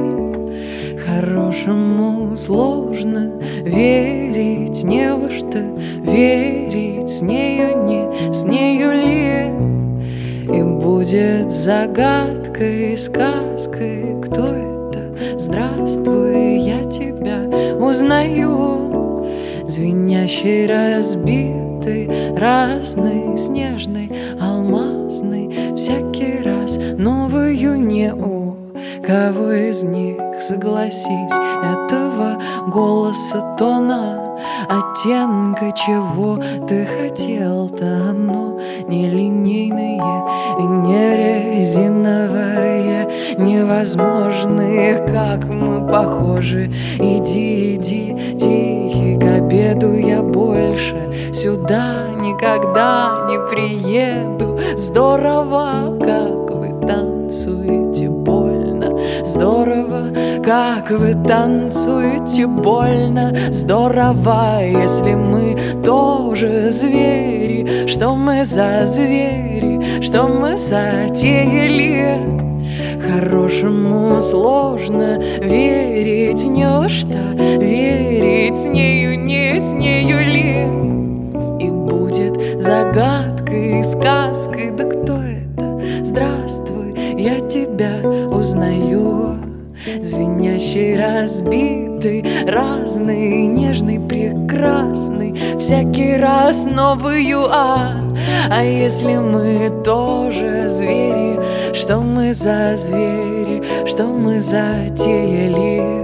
Хорошему сложно верить, не во что верить, с нею не, с нею ли? И будет загадкой, сказкой, кто это? Здравствуй, я тебя узнаю. Звенящий, разбитый, разный, снежный, алмазный, всякий раз новую не у кого из них, согласись, этого голоса, тона, оттенка, чего ты хотел-то, оно нелинейное и не резиновое, невозможные, как мы похожи. Иди, иди, тихий, к обеду я больше сюда никогда не приеду. Здорово, как вы танцуете больно, здорово, как вы танцуете больно, здорово, если мы тоже звери, что мы за звери, что мы затеяли. Хорошему сложно верить, нечто верить, с нею не, с нею ли? И будет загадкой, сказкой, да кто это? Здравствуй, я тебя узнаю. Звенящий, разбитый, разный, нежный, прекрасный, всякий раз новую, а если мы тоже звери, что мы за звери, что мы затеяли?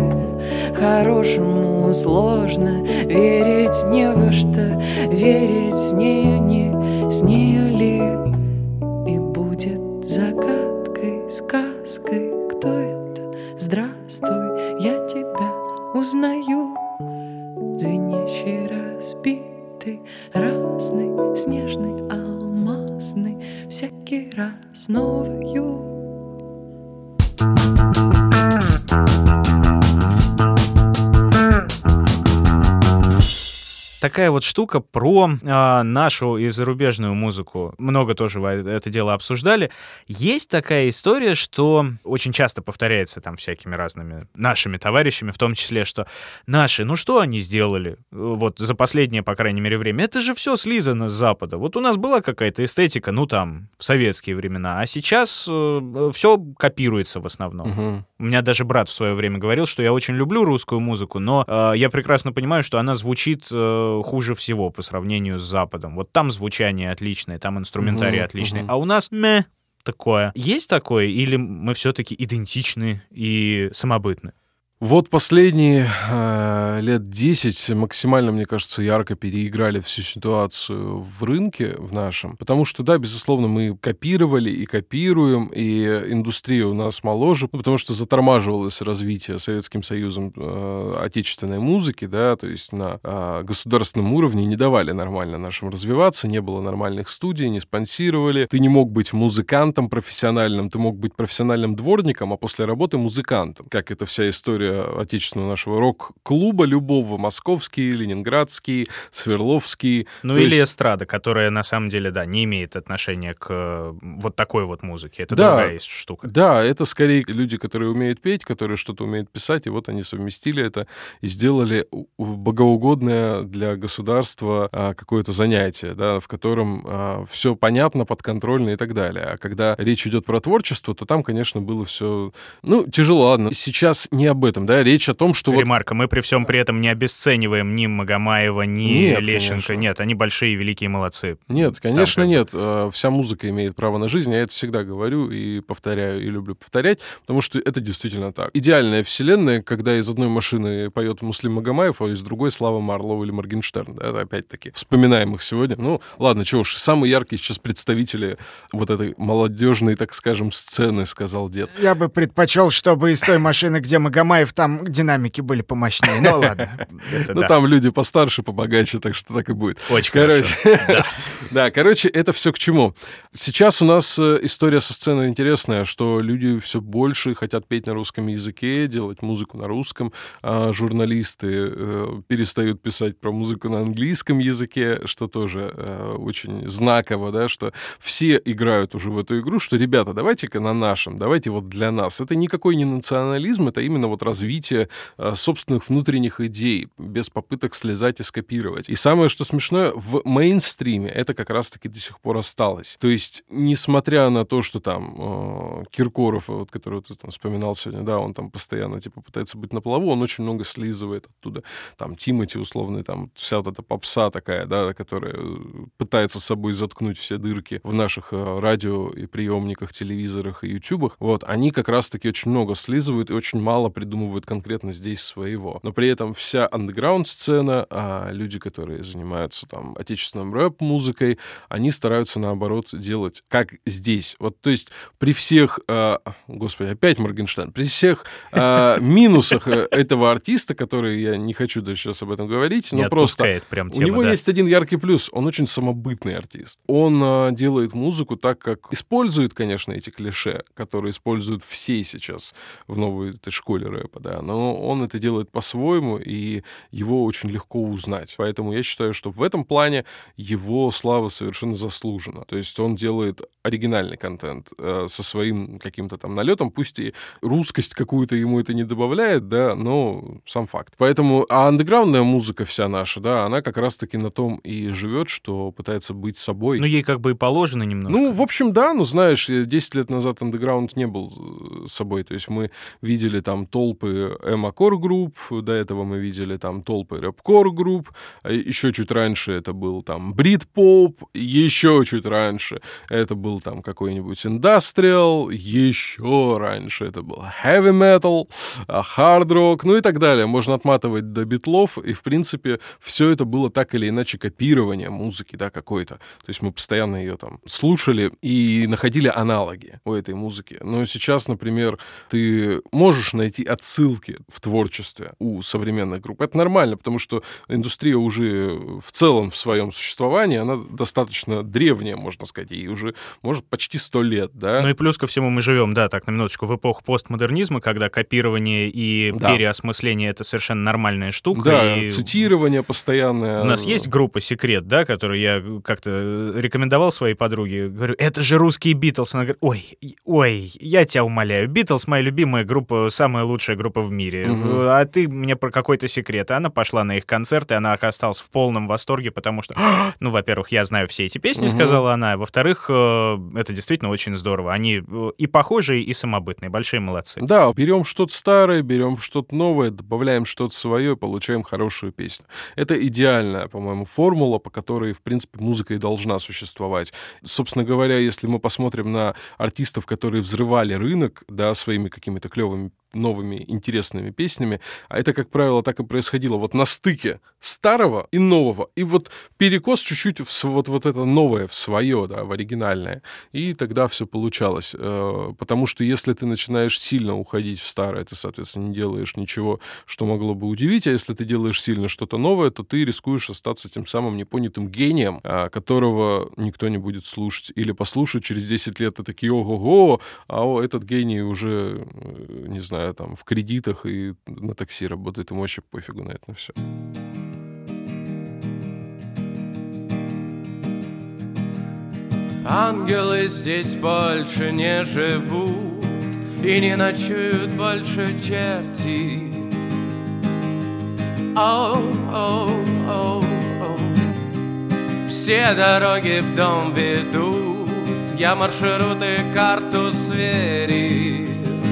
Хорошему сложно верить, не во что верить, с нею не, с нею ли? И будет загадкой, сказкой, кто это? Здравствуй, я тебя узнаю. Звенящий, разбитый, праздную. Такая вот штука про нашу и зарубежную музыку. Много тоже это дело обсуждали. Есть такая история, что очень часто повторяется там всякими разными нашими товарищами, в том числе, что наши, ну что они сделали вот за последнее, по крайней мере, время? Это же все слизано с Запада. Вот у нас была какая-то эстетика, ну там, в советские времена, а сейчас все копируется в основном. Угу. У меня даже брат в свое время говорил, что я очень люблю русскую музыку, но я прекрасно понимаю, что она звучит хуже всего по сравнению с Западом. Вот там звучание отличное, там инструментарий отличный, а у нас такое. Есть такое, или мы все-таки идентичны и самобытны? Вот последние лет 10 максимально, мне кажется, ярко переиграли всю ситуацию в рынке в нашем, потому что, да, безусловно, мы копировали и копируем, и индустрия у нас моложе, потому что затормаживалось развитие Советским Союзом отечественной музыки, да, то есть на государственном уровне не давали нормально нашим развиваться, не было нормальных студий, не спонсировали, ты не мог быть музыкантом профессиональным, ты мог быть профессиональным дворником, а после работы музыкантом, как это вся история отечественного нашего рок-клуба любого, московский, ленинградский, свердловский. Ну или эстрада, которая на самом деле, да, не имеет отношения к вот такой вот музыке. Это другая есть штука. Да, это скорее люди, которые умеют петь, которые что-то умеют писать, и вот они совместили это и сделали богоугодное для государства какое-то занятие, да, в котором все понятно, подконтрольно и так далее. А когда речь идет про творчество, то там, конечно, было все, тяжело. Ладно, сейчас не об этом. Да, речь о том, что... Ремарка, мы при всем при этом не обесцениваем ни Магомаева, ни Лещенко. Конечно. Нет, они большие, великие молодцы. Нет, конечно, нет. Вся музыка имеет право на жизнь. Я это всегда говорю и повторяю, и люблю повторять, потому что это действительно так. Идеальная вселенная, когда из одной машины поет Муслим Магомаев, а из другой Слава Марлоу или Моргенштерн. Да, это опять-таки вспоминаем их сегодня. Ну, ладно, чего уж, самые яркие сейчас представители вот этой молодежной, так скажем, сцены, сказал дед. Я бы предпочел, чтобы из той машины, где Магомаев, там динамики были помощнее. Ну ладно. Там люди постарше, побогаче, так что так и будет. Очень хорошо. Да, короче, это все к чему. Сейчас у нас история со сценой интересная, что люди все больше хотят петь на русском языке, делать музыку на русском. Журналисты перестают писать про музыку на английском языке, что тоже очень знаково, да, что все играют уже в эту игру, что, ребята, давайте-ка на нашем, давайте вот для нас. Это никакой не национализм, это именно вот развитие собственных внутренних идей, без попыток слезать и скопировать. И самое, что смешное, в мейнстриме это как раз-таки до сих пор осталось. То есть, несмотря на то, что там Киркоров, вот, которого ты там вспоминал сегодня, да, он там постоянно типа пытается быть на плаву, он очень много слизывает оттуда. Там Тимати условный, там вся вот эта попса такая, да, которая пытается с собой заткнуть все дырки в наших радио и приемниках, телевизорах и ютубах. Вот, они как раз-таки очень много слизывают и очень мало придумывают конкретно здесь своего. Но при этом вся андеграунд-сцена, люди, которые занимаются там отечественным рэп-музыкой, они стараются, наоборот, делать как здесь. Вот, то есть при всех, господи, опять Моргенштерн, при всех минусах этого артиста, который, я не хочу даже сейчас об этом говорить, но просто прям тема, у него есть один яркий плюс, он очень самобытный артист. Он делает музыку так, как использует, конечно, эти клише, которые используют все сейчас в новой этой школе рэпа, да, но он это делает по-своему, и его очень легко узнать. Поэтому я считаю, что в этом плане его слава совершенно заслужена. То есть он делает оригинальный контент со своим каким-то там налетом, пусть и русскость какую-то ему это не добавляет, да, но сам факт. Поэтому, андеграундная музыка вся наша, да, она как раз-таки на том и живет, что пытается быть собой. Ну, ей как бы и положено немножко. Ну, в общем, да, ну, знаешь, 10 лет назад андеграунд не был собой, то есть мы видели там толпы эмо-кор-групп, до этого мы видели там толпы рэп-кор-групп, еще чуть раньше это был там брит-поп, еще чуть раньше это был там какой-нибудь индастриал, metal, еще раньше это был heavy metal, hard rock, ну и так далее. Можно отматывать до Битлов, и, в принципе, все это было так или иначе копирование музыки, да, какой-то. То есть мы постоянно ее там слушали и находили аналоги у этой музыки. Но сейчас, например, ты можешь найти отсылки в творчестве у современных групп. Это нормально, потому что индустрия уже в целом в своем существовании, она достаточно древняя, можно сказать, ей уже, может, почти 100 лет, да. Ну и плюс ко всему мы живем, да, так, на минуточку, в эпоху постмодернизма, когда копирование и переосмысление — это совершенно нормальная штука. Да, и цитирование постоянное. У нас есть группа «Секрет», да, которую я как-то рекомендовал своей подруге. Говорю, это же русские Битлз. Она говорит, ой, я тебя умоляю, Битлз — моя любимая группа, самая лучшая группа в мире. А ты мне про какой-то секрет. И она пошла на их концерты, она осталась в полном восторге, потому что, ну, во-первых, я знаю все эти песни, сказала она, во-вторых, это действительно очень здорово. Они и похожие, и самобытные, большие молодцы. Да, берем что-то старое, берем что-то новое, добавляем что-то свое и получаем хорошую песню. Это идеальная, по-моему, формула, по которой, в принципе, музыка и должна существовать. Собственно говоря, если мы посмотрим на артистов, которые взрывали рынок, да, своими какими-то клевыми новыми интересными песнями, а это, как правило, так и происходило вот на стыке старого и нового, и вот перекос чуть-чуть вот это новое в свое, да, в оригинальное, и тогда все получалось, потому что если ты начинаешь сильно уходить в старое, ты, соответственно, не делаешь ничего, что могло бы удивить, а если ты делаешь сильно что-то новое, то ты рискуешь остаться тем самым непонятым гением, которого никто не будет слушать, или послушать через 10 лет и такие, ого-го, а этот гений уже, не знаю, там, в кредитах и на такси работает, ему вообще пофигу на это на все. Ангелы здесь больше не живут и не ночуют больше черти. Все дороги в дом ведут, я маршруты карту сверил.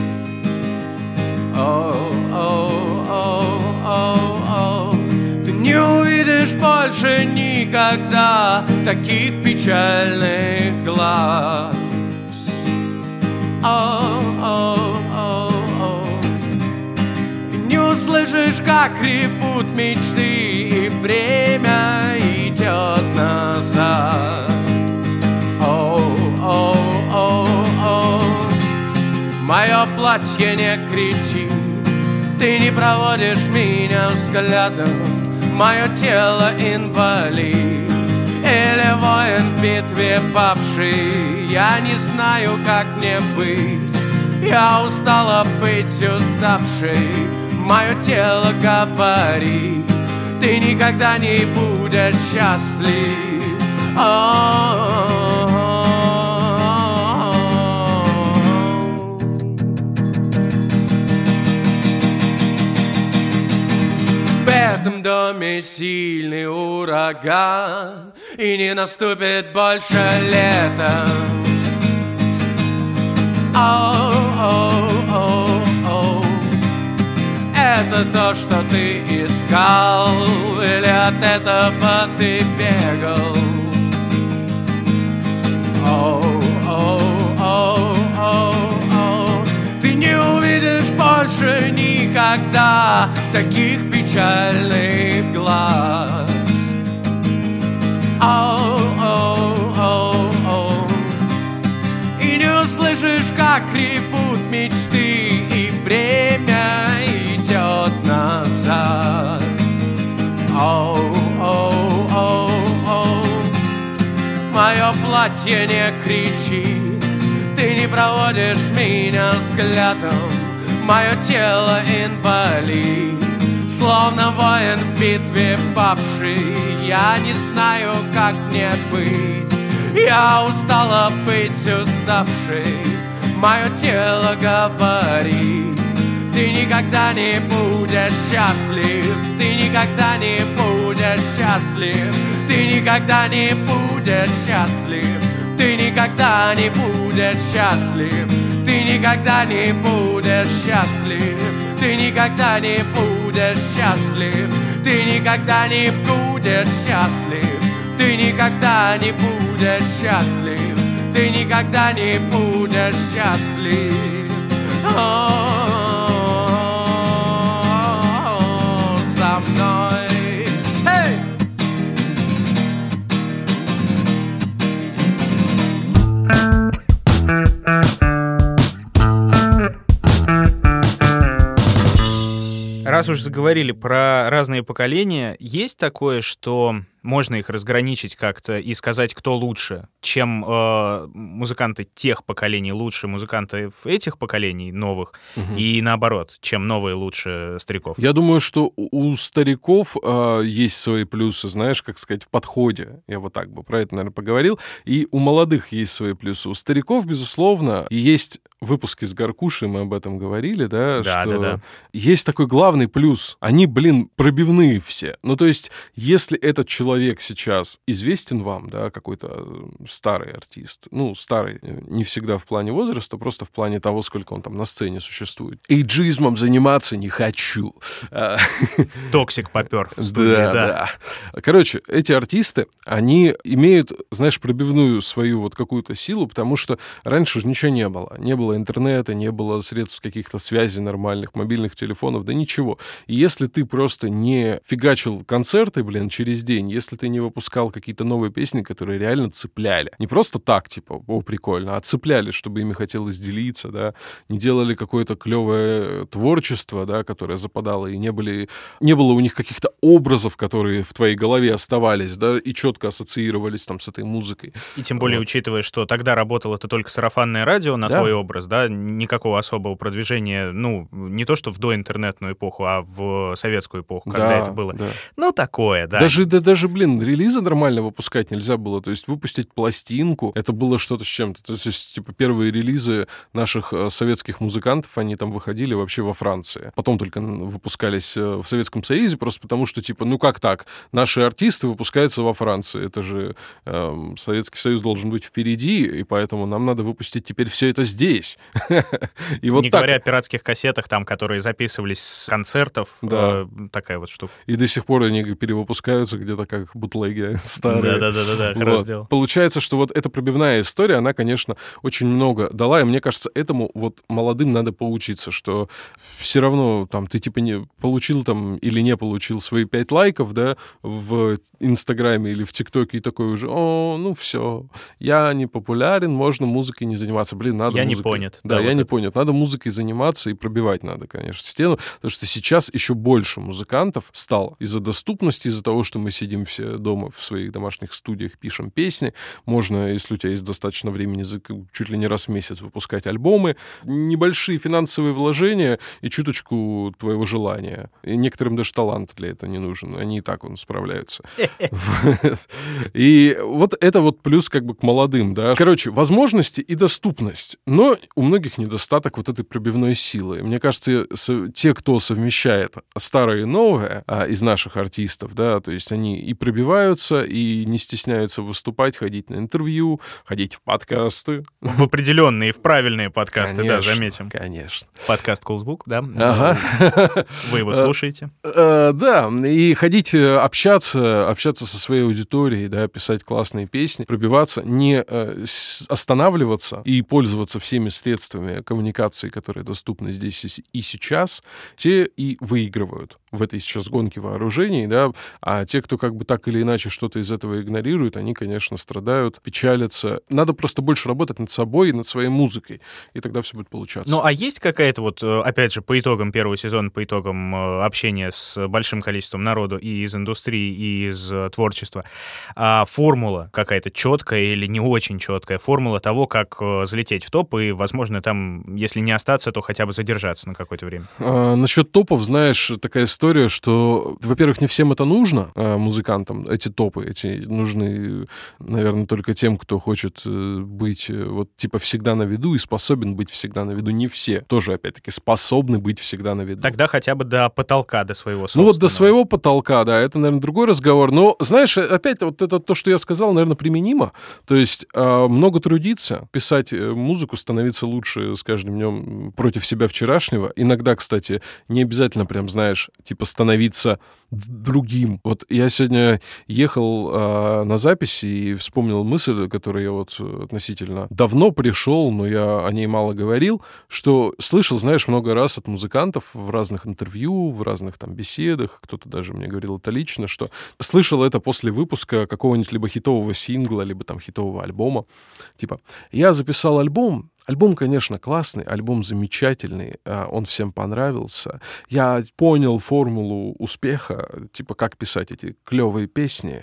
Ты не увидишь больше никогда таких печальных глаз. Не услышишь, как ревут мечты, и время идет назад. Мое платье не кричит, ты не проводишь меня взглядом. Мое тело инвалид или воин в битве павший. Я не знаю, как мне быть, я устала быть уставшей. Мое тело говорит, ты никогда не будешь счастлив. В этом доме сильный ураган, и не наступит больше лета. Это то, что ты искал, или от этого ты бегал? Ты не увидишь больше никогда таких печальных глаз. И не услышишь, как ревут мечты, и время идет назад. Мое платье не кричит, ты не проводишь меня взглядом. Мое тело инвалид, словно воин в битве павший. Я не знаю, как мне быть, я устала быть уставшей. Мое тело говорит, ты никогда не будешь счастлив. Ты никогда не будешь счастлив. Ты никогда не будешь счастлив. Ты никогда не будешь счастлив. Ты никогда не будешь счастлив. Ты никогда не будешь счастлив. Ты никогда не будешь счастлив. Ты никогда не будешь счастлив. ты никогда не будешь счастлив. Со мной. Hey! Раз уж заговорили про разные поколения, есть такое, что можно их разграничить как-то и сказать, кто лучше, чем музыканты тех поколений лучше музыканты этих поколений новых, и наоборот, чем новые лучше стариков? Я думаю, что у стариков есть свои плюсы, знаешь, как сказать, в подходе. Я вот так бы про это, наверное, поговорил. И у молодых есть свои плюсы. У стариков, безусловно, есть выпуски с Гаркушей, мы об этом говорили, да, что есть такой главный плюс. Они, пробивные все. Ну, то есть, если этот человек сейчас известен вам, да, какой-то старый артист, ну, старый не всегда в плане возраста, просто в плане того, сколько он там на сцене существует. Эйджизмом заниматься не хочу. Токсик попер в студии, да. Короче, эти артисты, они имеют, знаешь, пробивную свою вот какую-то силу, потому что раньше же ничего не было. Не было интернета, не было средств каких-то связей нормальных, мобильных телефонов, да ничего. И если ты просто не фигачил концерты, через день, если ты не выпускал какие-то новые песни, которые реально цепляли. Не просто так, типа, о, прикольно, а цепляли, чтобы ими хотелось делиться, да, не делали какое-то клевое творчество, да, которое западало, и не было у них каких-то образов, которые в твоей голове оставались, да, и четко ассоциировались там с этой музыкой. И тем более, учитывая, что тогда работало это только сарафанное радио на твой образ, да, никакого особого продвижения, ну, не то что в доинтернетную эпоху, а в советскую эпоху, когда это было. Да. Ну, такое, да. Даже, релизы нормально выпускать нельзя было, то есть выпустить пластинку, это было что-то с чем-то. То есть, типа, первые релизы наших советских музыкантов, они там выходили вообще во Франции. Потом только выпускались в Советском Союзе, просто потому что, типа, ну как так? Наши артисты выпускаются во Франции. Это же Советский Союз должен быть впереди, и поэтому нам надо выпустить теперь все это здесь. И вот не говоря о пиратских кассетах, там, которые записывались с концертов, такая вот штука. И до сих пор они перевыпускаются где-то как бутлеги старые. Да, хорошо сделал. Получается, что вот эта пробивная история, она, конечно, очень много дала, и мне кажется, этому вот молодым надо поучиться, что все равно там ты типа не получил там или не получил свои 5 лайков, да, в Инстаграме или в ТикТоке, и такой уже, ну все, я не популярен, можно музыкой не заниматься. Надо я музыкой. Не понят. Да, я не понят. Надо музыкой заниматься и пробивать надо, конечно, стену, потому что сейчас еще больше музыкантов стало из-за доступности, из-за того, что мы сидим все дома в своих домашних студиях, пишем песни. Можно, если у тебя есть достаточно времени, чуть ли не раз в месяц выпускать альбомы. Небольшие финансовые вложения и чуточку твоего желания. И некоторым даже талант для этого не нужен. Они и так справляются. И вот это вот плюс как бы к молодым, да. Короче, возможности и доступность. Но у многих недостаток вот этой пробивной силы. Мне кажется, те, кто совмещает старое и новое из наших артистов, да, то есть они и пробиваются, и не стесняются выступать, ходить на интервью, ходить в подкасты. В определенные, в правильные подкасты, конечно, да, заметим. Конечно. Подкаст Coolsbook, да? Ага. Вы его слушаете? Да, и ходить, общаться со своей аудиторией, да, писать классные песни, пробиваться, не останавливаться и пользоваться всеми средствами коммуникации, которые доступны здесь и сейчас, те и выигрывают в этой сейчас гонке вооружений, да, а те, кто как бы так или иначе что-то из этого игнорирует, они, конечно, страдают, печалятся. Надо просто больше работать над собой и над своей музыкой, и тогда все будет получаться. Ну, а есть какая-то вот, опять же, по итогам первого сезона, по итогам общения с большим количеством народу и из индустрии, и из творчества, формула какая-то четкая или не очень четкая, формула того, как залететь в топ и, возможно, там, если не остаться, то хотя бы задержаться на какое-то время? Насчет топов, знаешь, такая история, что, во-первых, не всем это нужно, музыкантам, эти топы, эти нужны, наверное, только тем, кто хочет быть вот типа всегда на виду и способен быть всегда на виду. Не все тоже, опять-таки, способны быть всегда на виду. Тогда хотя бы до потолка, до своего собственного. Ну вот до своего потолка, да, это, наверное, другой разговор. Но, знаешь, опять вот это то, что я сказал, наверное, применимо. То есть много трудиться, писать музыку, становиться лучше с каждым днем против себя вчерашнего. Иногда, кстати, не обязательно прям, знаешь, типа становиться другим. Вот я сегодня ехал на запись и вспомнил мысль, которую я вот относительно давно пришел, но я о ней мало говорил, что слышал, знаешь, много раз от музыкантов в разных интервью, в разных там беседах, кто-то даже мне говорил это лично, что слышал это после выпуска какого-нибудь либо хитового сингла, либо там хитового альбома. Типа, я записал альбом, конечно, классный, альбом замечательный, он всем понравился. Я понял формулу успеха, типа, как писать эти клевые песни.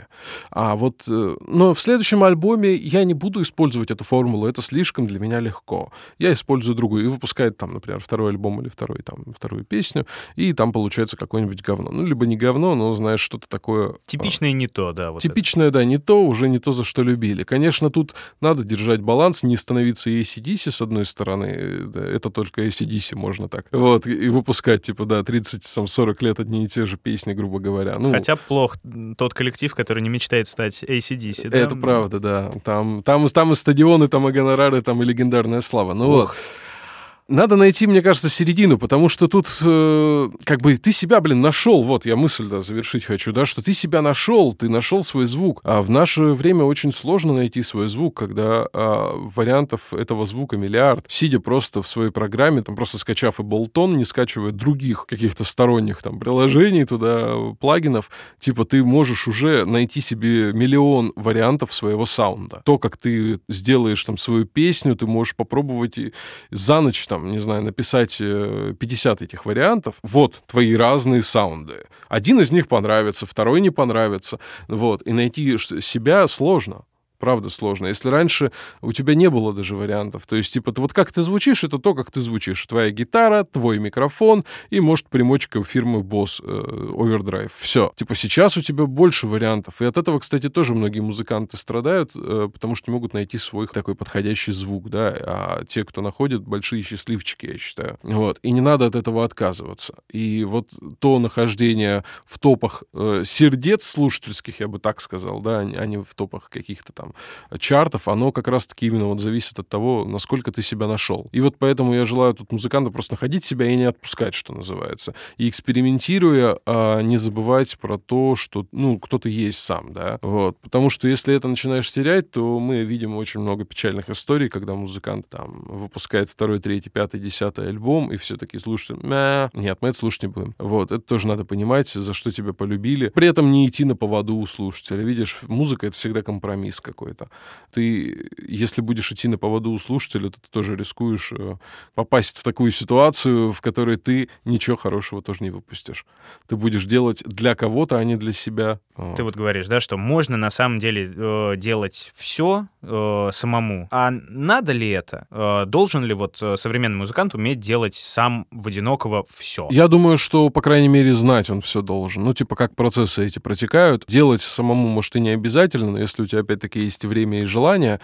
Но в следующем альбоме я не буду использовать эту формулу, это слишком для меня легко. Я использую другую. И выпускает там, например, второй альбом или вторую песню, и там получается какое-нибудь говно. Ну, либо не говно, но, знаешь, что-то такое... Типичное не то, да. Вот типичное, да, не то, уже не то, за что любили. Конечно, тут надо держать баланс, не становиться AC/DC, с одной стороны, да, это только AC/DC можно так. Вот, и выпускать, типа, да, 30-40 лет одни и те же песни, грубо говоря. Ну, хотя плох тот коллектив, который не мечтает стать AC/DC, да? Это правда, да. Там и стадионы, там и гонорары, там и легендарная слава. Ну вот. Надо найти, мне кажется, середину, потому что тут как бы ты себя, нашел. Вот, я мысль, да, завершить хочу, да, что ты себя нашел, ты нашел свой звук. А в наше время очень сложно найти свой звук, когда вариантов этого звука миллиард. Сидя просто в своей программе, там просто скачав Ableton, не скачивая других каких-то сторонних там приложений туда, плагинов, типа ты можешь уже найти себе миллион вариантов своего саунда. То, как ты сделаешь там свою песню, ты можешь попробовать и за ночь там, не знаю, написать 50 этих вариантов. Вот твои разные саунды. Один из них понравится, второй не понравится. Вот. И найти себя сложно. Правда сложно. Если раньше у тебя не было даже вариантов, то есть, типа, вот как ты звучишь, это то, как ты звучишь. Твоя гитара, твой микрофон и, может, примочка фирмы Boss Overdrive. Все. Типа, сейчас у тебя больше вариантов. И от этого, кстати, тоже многие музыканты страдают, потому что не могут найти свой такой подходящий звук, да. А те, кто находит, большие счастливчики, я считаю. Вот. И не надо от этого отказываться. И вот то нахождение в топах сердец слушательских, я бы так сказал, да, а не в топах каких-то там чартов, оно как раз-таки именно вот зависит от того, насколько ты себя нашел. И вот поэтому я желаю тут музыканту просто находить себя и не отпускать, что называется. И экспериментируя, не забывать про то, что, кто ты есть сам, да. Вот. Потому что если это начинаешь терять, то мы видим очень много печальных историй, когда музыкант там выпускает 2, 3, 5, 10 альбом, и все таки слушают, нет, мы это слушать не будем. Вот. Это тоже надо понимать, за что тебя полюбили. При этом не идти на поводу у слушателя. Видишь, музыка — это всегда компромисс какой-то. Ты, если будешь идти на поводу у слушателя, то ты тоже рискуешь попасть в такую ситуацию, в которой ты ничего хорошего тоже не выпустишь. Ты будешь делать для кого-то, а не для себя. Ты вот говоришь, да, что можно на самом деле делать все самому. А надо ли это? Должен ли вот современный музыкант уметь делать сам в одинокого все? Я думаю, что, по крайней мере, знать он все должен. Типа, как процессы эти протекают. Делать самому, может, и не обязательно, но если у тебя, опять-таки, есть время и желание,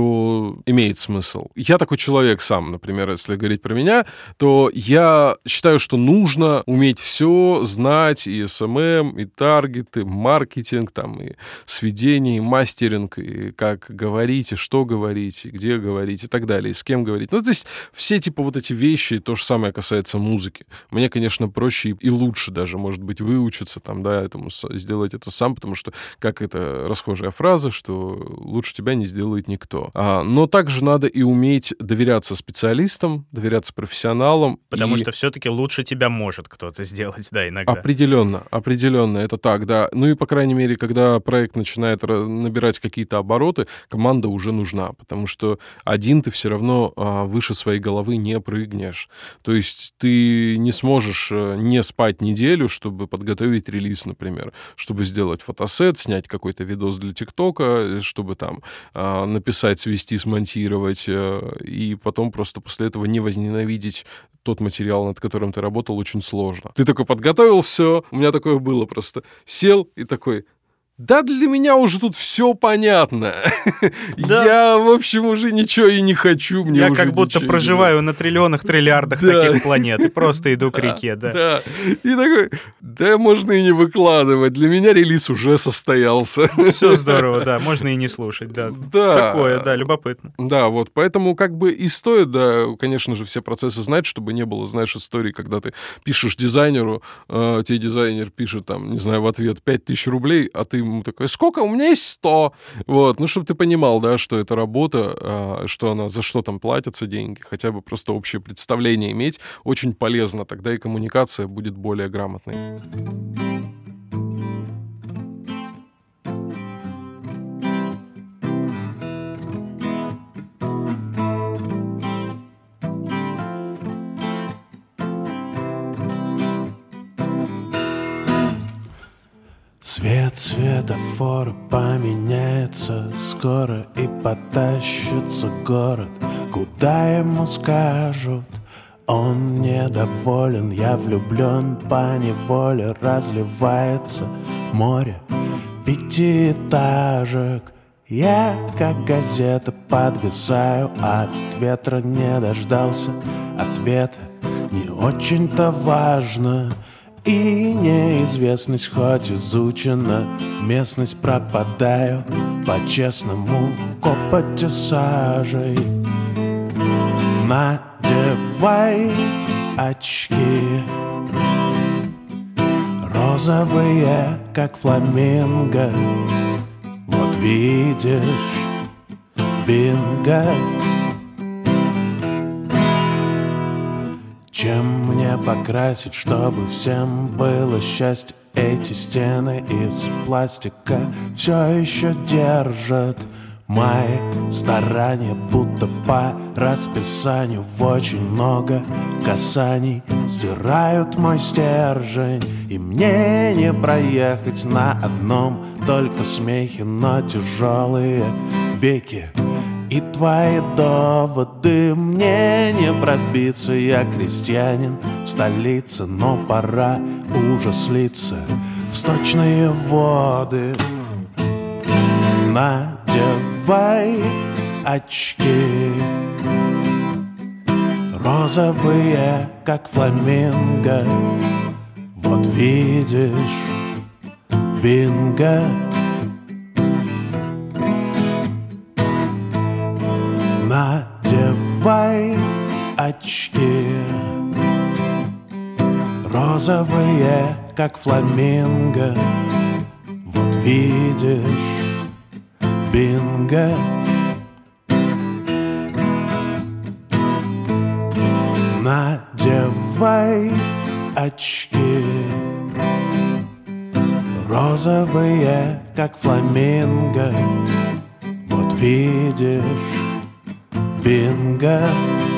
то имеет смысл. Я такой человек сам, например, если говорить про меня, то я считаю, что нужно уметь все знать, и СММ, и таргеты, маркетинг, там, и сведение, и мастеринг, и как говорить, и что говорить, и где говорить, и так далее, и с кем говорить. То есть все, типа, вот эти вещи, то же самое касается музыки. Мне, конечно, проще и лучше даже, может быть, выучиться, там, да, этому, сделать это сам, потому что, как это расхожая фраза, что лучше тебя не сделает никто. Но также надо и уметь доверяться специалистам, доверяться профессионалам. Потому что все-таки лучше тебя может кто-то сделать, да, иногда. Определенно, это так, да. И, по крайней мере, когда проект начинает набирать какие-то обороты, команда уже нужна, потому что один ты все равно выше своей головы не прыгнешь. То есть ты не сможешь не спать неделю, чтобы подготовить релиз, например, чтобы сделать фотосет, снять какой-то видос для ТикТока, чтобы там написать, свести, смонтировать, и потом просто после этого не возненавидеть тот материал, над которым ты работал, очень сложно. Ты такой подготовил все, у меня такое было просто. Сел и такой, Да, для меня уже тут все понятно. Я, в общем, уже ничего и не хочу. Я как будто проживаю на триллионах, триллиардах таких планет и просто иду к реке, да. Да. И такой, да, можно и не выкладывать. Для меня релиз уже состоялся. Все здорово, да, можно и не слушать, да. Такое, да, любопытно. Да, вот, поэтому как бы и стоит, да, конечно же, все процессы знать, чтобы не было, знаешь, истории, когда ты пишешь дизайнеру, тебе дизайнер пишет, там, не знаю, в ответ 5000 рублей, а ты ему такой, сколько? У меня есть 100. Вот, ну, чтобы ты понимал, да, что это работа, что она, за что там платятся деньги, хотя бы просто общее представление иметь очень полезно, тогда и коммуникация будет более грамотной. Цвет светофора поменяется скоро и потащится город, куда ему скажут. Он недоволен, я влюблен, поневоле разливается море пятиэтажек. Я, как газета, подвисаю, от ветра не дождался ответа. Не очень-то важно. И неизвестность хоть изучена, местность пропадаю по-честному в копоте сажей. Надевай очки розовые, как фламинго. Вот видишь, бинго. Чем мне покрасить, чтобы всем было счастье? Эти стены из пластика все еще держат мои старания, будто по расписанию в очень много касаний стирают мой стержень. И мне не проехать на одном только смехе, но тяжелые веки и твои доводы мне не пробиться. Я крестьянин в столице, но пора уже слиться в сточные воды. Надевай очки розовые, как фламинго. Вот видишь, бинго. Надевай очки розовые, как фламинго. Вот видишь, бинго. Надевай очки розовые, как фламинго. Вот видишь, бинго.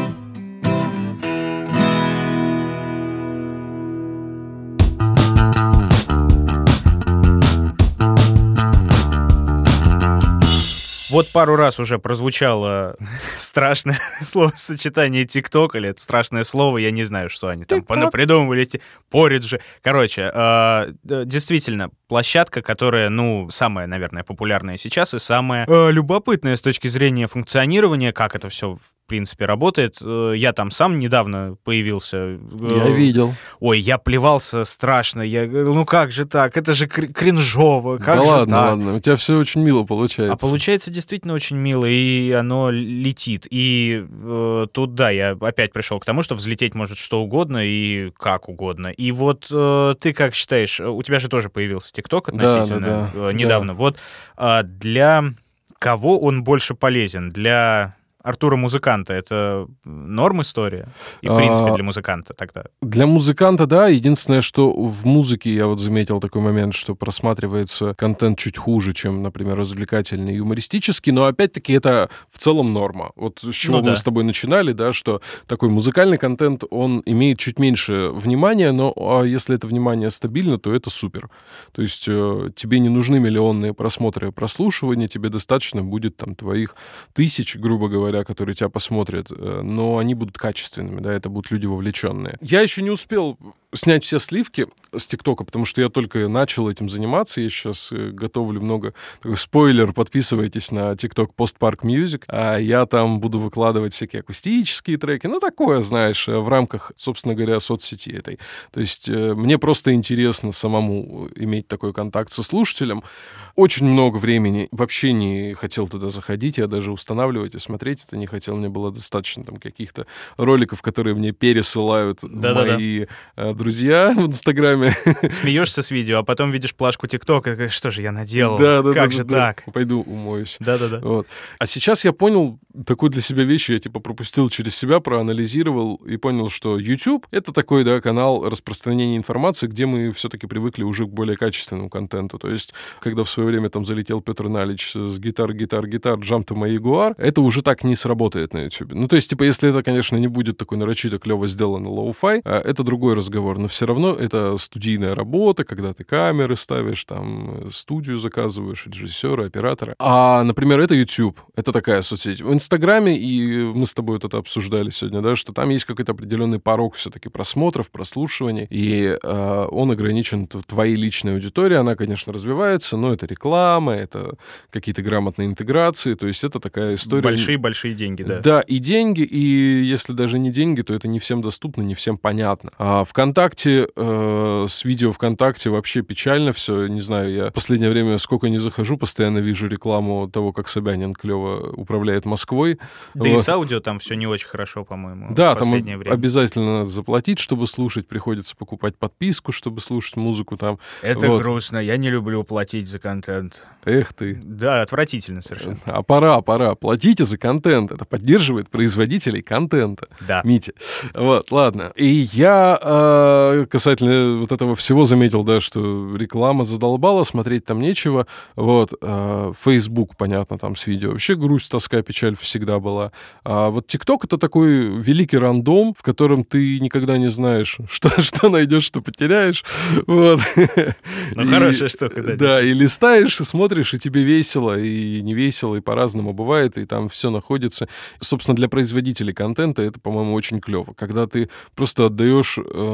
Вот пару раз уже прозвучало страшное словосочетание ТикТок, или это страшное слово, я не знаю, что они там понапридумывали, порриджи. Короче, действительно, площадка, которая, ну, самая, наверное, популярная сейчас и самая любопытная с точки зрения функционирования, как это все в принципе работает. Я там сам недавно появился. Я видел. Ой, я плевался страшно. Я говорю, ну как же так? Это же кринжово. Как да же ладно, так? ладно. У тебя все очень мило получается. А получается действительно очень мило, и оно летит. И тут, да, я опять пришел к тому, что взлететь может что угодно и как угодно. И вот ты как считаешь, у тебя же тоже появился ТикТок относительно недавно. Да. Вот для кого он больше полезен? Для Артура-музыканта это норм история? И, в принципе, для музыканта тогда? Для музыканта, да. Единственное, что в музыке я вот заметил такой момент, что просматривается контент чуть хуже, чем, например, развлекательный и юмористический, но, опять-таки, это в целом норма. Вот с чего мы с тобой начинали, да, что такой музыкальный контент, он имеет чуть меньше внимания, но если это внимание стабильно, то это супер. То есть тебе не нужны миллионные просмотры и прослушивания, тебе достаточно будет там твоих 1000, грубо говоря, которые тебя посмотрят, но они будут качественными, да, это будут люди вовлеченные. Я еще не успел снять все сливки с ТикТока, потому что я только начал этим заниматься. Я сейчас готовлю много... Такой спойлер, подписывайтесь на ТикТок Postpark Music. А я там буду выкладывать всякие акустические треки. Ну, такое, знаешь, в рамках, собственно говоря, соцсети этой. То есть мне просто интересно самому иметь такой контакт со слушателем. Очень много времени вообще не хотел туда заходить. Я даже устанавливать и смотреть это не хотел. Мне было достаточно там каких-то роликов, которые мне пересылают мои друзья в Инстаграме. Смеешься с видео, а потом видишь плашку ТикТока, что же я наделал? Как же так? Пойду умоюсь. Да-да-да. Вот. А сейчас я понял такую для себя вещь, я типа пропустил через себя, проанализировал и понял, что YouTube — это такой, да, канал распространения информации, где мы все-таки привыкли уже к более качественному контенту. То есть, когда в свое время там залетел Петр Налич с гитар, Jump to my Jaguar, это уже так не сработает на YouTube. Ну, то есть, типа, если это, конечно, не будет такой нарочито клево сделано лоу-фай, это другой разговор, но все равно это студийная работа, когда ты камеры ставишь, там, студию заказываешь, режиссера, оператора. А, например, это YouTube, это такая соцсеть. В Инстаграме, и мы с тобой вот это обсуждали сегодня, да, что там есть какой-то определенный порог все-таки просмотров, прослушиваний, и он ограничен твоей личной аудиторией, она, конечно, развивается, но это реклама, это какие-то грамотные интеграции, то есть это такая история... Большие-большие деньги, да. Да, и деньги, и если даже не деньги, то это не всем доступно, не всем понятно. А ВКонтакте, с видео ВКонтакте вообще печально все, не знаю, я в последнее время сколько не захожу, постоянно вижу рекламу того, как Собянин клево управляет Москвой. Да вот. И с аудио там все не очень хорошо, по-моему, да, в последнее там время. Обязательно надо заплатить, чтобы слушать, приходится покупать подписку, чтобы слушать музыку там. Это вот. Грустно, я не люблю платить за контент. Эх ты. Да, отвратительно совершенно. А пора. Платите за контент. Это поддерживает производителей контента. Да. Митя. Вот, ладно. И я касательно вот этого всего заметил, да, что реклама задолбала, смотреть там нечего. Вот. Facebook, понятно, там с видео. Вообще грусть, тоска, печаль всегда была. А вот TikTok — это такой великий рандом, в котором ты никогда не знаешь, что найдешь, что потеряешь. Вот. Ну, хорошая штука, да. Да, и листаешь, и смотришь, и тебе весело, и не весело, и по-разному бывает, и там все находится. Собственно, для производителей контента это, по-моему, очень клево. Когда ты просто отдаешь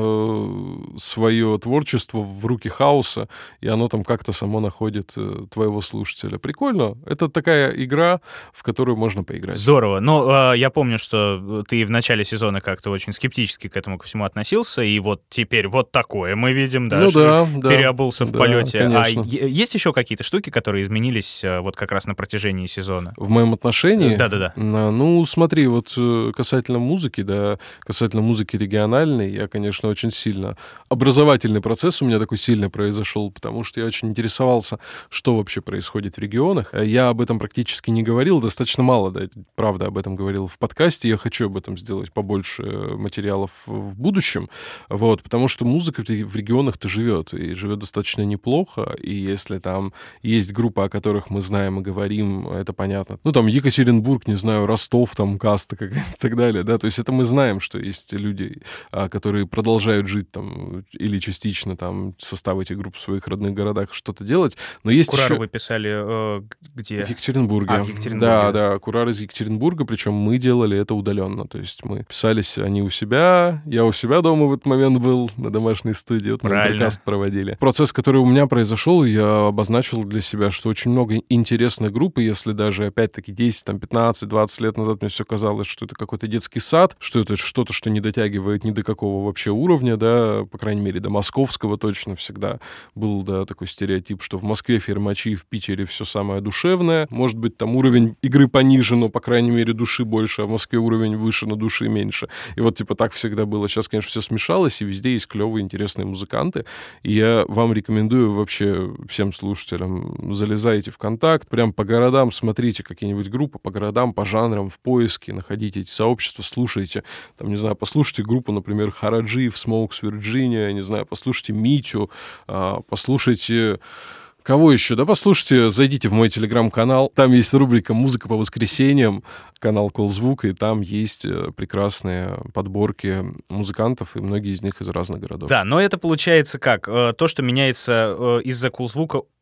свое творчество в руки хаоса, и оно там как-то само находит твоего слушателя. Прикольно. Это такая игра, в которую можно поиграть. Здорово. Но я помню, что ты в начале сезона как-то очень скептически к этому ко всему относился, и вот теперь вот такое мы видим, да, что переобулся в полете. Конечно. А есть еще какие-то штуки, которые изменились вот как раз на протяжении сезона? В моем отношении? Да-да-да. Ну, смотри, вот касательно музыки, да, касательно музыки региональной, я, конечно, очень сильно... Образовательный процесс у меня такой сильный произошел, потому что я очень интересовался, что вообще происходит в регионах. Я об этом практически не говорил, достаточно мало, да, правда, об этом говорил в подкасте. Я хочу об этом сделать побольше материалов в будущем, вот, потому что музыка в регионах-то живет, и живет достаточно неплохо, и если там есть группа, о которых мы знаем и говорим, это понятно. Ну, там, Екатеринбург, не знаю, Ростов, там, Каста и так далее, да, то есть это мы знаем, что есть люди, которые продолжают жить там или частично там состав этих групп в своих родных городах, что-то делать, но есть Курару еще... вы писали где? В Екатеринбурге. В Екатеринбурге. Да, Курар из Екатеринбурга, причем мы делали это удаленно, то есть мы писались они у себя, я у себя дома в этот момент был на домашней студии, вот мы интеркаст проводили. Процесс, который у меня произошел, я обозначил для себя, что очень много интересных групп, и если даже, опять-таки, 10, там, 15, 20 лет назад мне все казалось, что это какой-то детский сад, что это что-то, что не дотягивает ни до какого вообще уровня, да, по крайней мере, до московского точно всегда был, да, такой стереотип, что в Москве фермачи, в Питере все самое душевное, может быть, там уровень игры пониже, но, по крайней мере, души больше, а в Москве уровень выше, но души меньше. И вот, типа, так всегда было. Сейчас, конечно, все смешалось, и везде есть клевые, интересные музыканты, и я вам рекомендую вообще всем слушателям, залезайте в контакт, прям по городам смотрите какие-нибудь группы, по городам, по жанрам, в поиске, находите эти сообщества, слушайте, там, не знаю, послушайте группу, например, Хараджи в Смоукс, Вирджиния, не знаю, послушайте Митю, послушайте... Кого еще? Да послушайте, зайдите в мой телеграм-канал. Там есть рубрика «Музыка по воскресеньям», канал «Колзвук», и там есть прекрасные подборки музыкантов, и многие из них из разных городов. Да, но это получается как? То, что меняется из-за «Колзвука»,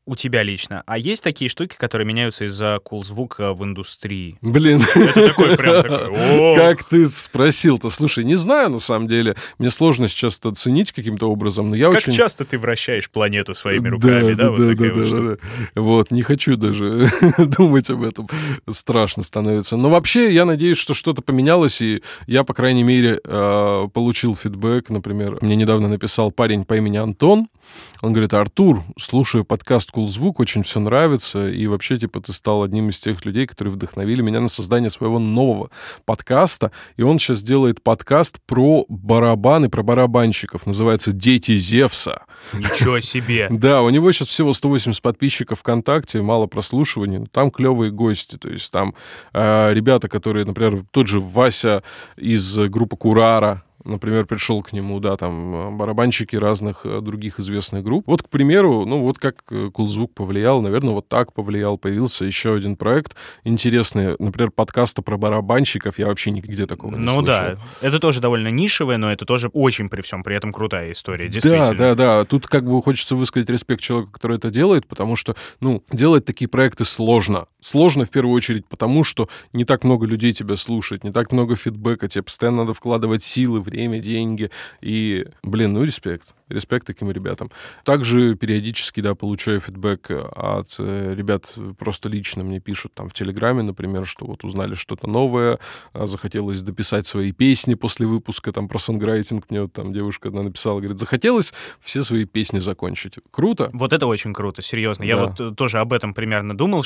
у тебя лично. А есть такие штуки, которые меняются из-за кул-звука в индустрии? Блин. Это такой прям такой... Как ты спросил-то? Слушай, не знаю, на самом деле. Мне сложно сейчас это оценить каким-то образом, но я как очень... часто ты вращаешь планету своими руками, да? Да. Вот, не хочу даже думать об этом. Страшно становится. Но вообще, я надеюсь, что что-то поменялось, и я, по крайней мере, получил фидбэк. Например, мне недавно написал парень по имени Антон. Он говорит: Артур, слушаю подкаст «Кул-звук», очень все нравится, и вообще, типа, ты стал одним из тех людей, которые вдохновили меня на создание своего нового подкаста, и он сейчас делает подкаст про барабаны, про барабанщиков, называется «Дети Зевса». Ничего себе! Да, у него сейчас всего 180 подписчиков ВКонтакте, мало прослушиваний, но там клевые гости, то есть там ребята, которые, например, тот же Вася из группы «Курара», например, пришел к нему, да, там, барабанщики разных других известных групп. Вот, к примеру, ну, вот как кул-звук повлиял, наверное, вот так повлиял. Появился еще один проект интересный, например, подкаста про барабанщиков. Я вообще нигде такого не слышал. Ну да, это тоже довольно нишевое, но это тоже очень при всем при этом крутая история, действительно. Да. Тут как бы хочется высказать респект человеку, который это делает, потому что, ну, делать такие проекты сложно. Сложно в первую очередь потому, что не так много людей тебя слушает, не так много фидбэка, тебе постоянно надо вкладывать силы, время, деньги. И, блин, ну респект. Респект таким ребятам. Также периодически, да, получаю фидбэк от ребят, просто лично мне пишут там в Телеграме, например, что вот узнали что-то новое, захотелось дописать свои песни после выпуска, там про сонграйтинг мне вот там девушка одна написала, говорит, захотелось все свои песни закончить. Круто. Вот это очень круто, серьезно. Да. Я вот тоже об этом примерно думал,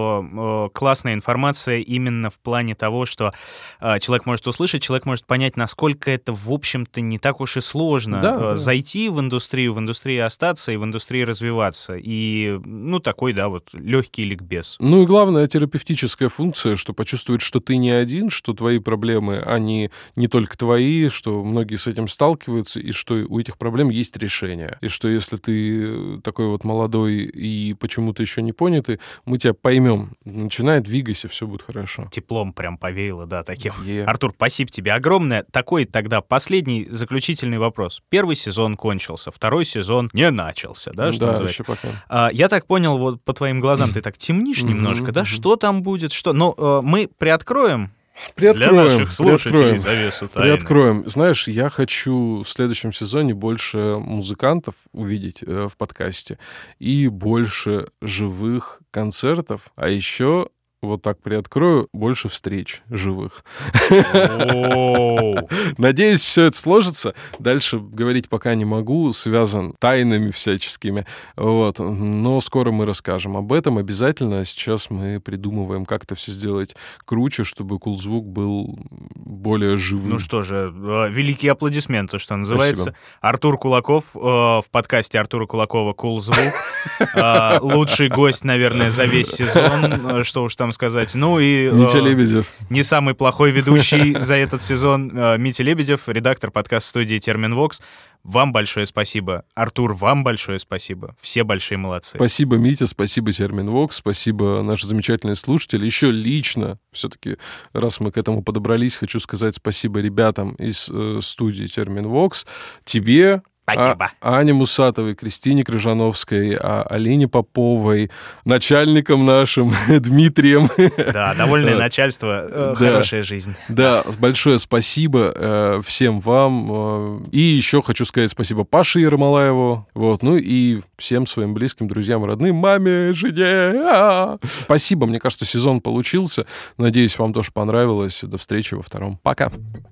что классная информация именно в плане того, что человек может услышать, человек может понять, насколько это, в общем-то, не так уж и сложно зайти в индустрии остаться и в индустрии развиваться. И, ну, такой, да, вот легкий ликбез. Ну и главное, терапевтическая функция, что почувствовать, что ты не один, что твои проблемы, они не только твои, что многие с этим сталкиваются, и что у этих проблем есть решение. И что если ты такой вот молодой и почему-то еще не понятый, мы тебя поймем. Начинай, двигайся, все будет хорошо. Теплом прям повеяло, да, таким. Артур, спасибо тебе огромное. Такой тогда последний, заключительный вопрос. Первый сезон кончился, второй сезон не начался, да, что называется? Еще пока. Я так понял, вот по твоим глазам ты так темнишь немножко, да? Что там будет, что? Но мы приоткроем для наших слушателей завесу тайны. Приоткроем. Знаешь, я хочу в следующем сезоне больше музыкантов увидеть в подкасте и больше живых концертов, а еще... Вот так приоткрою, больше встреч живых. Надеюсь, все это сложится. Дальше говорить пока не могу, связан тайнами всяческими. Вот. Но скоро мы расскажем об этом обязательно. Сейчас мы придумываем, как это все сделать круче, чтобы кул-звук был более живым. Ну что же, великие аплодисменты, что называется. Спасибо. Артур Кулаков в подкасте Артура Кулакова «Кул-звук». Лучший гость, наверное, за весь сезон, что уж там сказать. Ну и... Митя Лебедев. Не самый плохой ведущий за этот сезон Митя Лебедев, редактор подкаст-студии «Терминвокс». Вам большое спасибо. Артур, вам большое спасибо. Все большие молодцы. Спасибо, Митя, спасибо, Терминвокс, спасибо, наши замечательные слушатели. Еще лично, все-таки, раз мы к этому подобрались, хочу сказать спасибо ребятам из студии Терминвокс, тебе, Спасибо. Ане Мусатовой, Кристине Крыжановской, Алине Поповой, начальникам нашим, Дмитрием. Да, довольное начальство, хорошая жизнь. Да, большое спасибо всем вам. И еще хочу сказать спасибо Паше Ермолаеву. Вот, ну и всем своим близким, друзьям, родным, маме, жене. Спасибо, мне кажется, сезон получился. Надеюсь, вам тоже понравилось. До встречи во втором. Пока.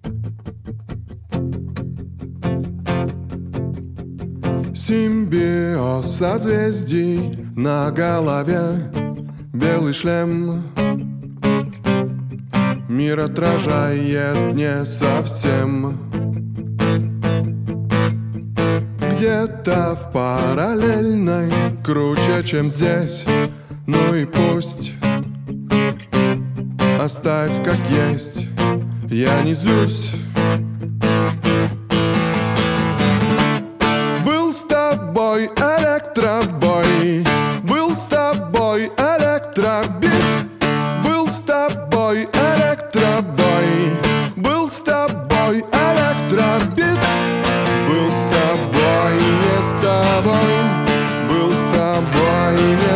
Симбиоз созвездий на голове, белый шлем. Мир отражает не совсем. Где-то в параллельной круче, чем здесь. Ну и пусть, оставь как есть. Я не злюсь. Электробой, был с тобой электробит, был с тобой электробой, был с тобой электробит, был с тобой, не с тобой, был с тобой, не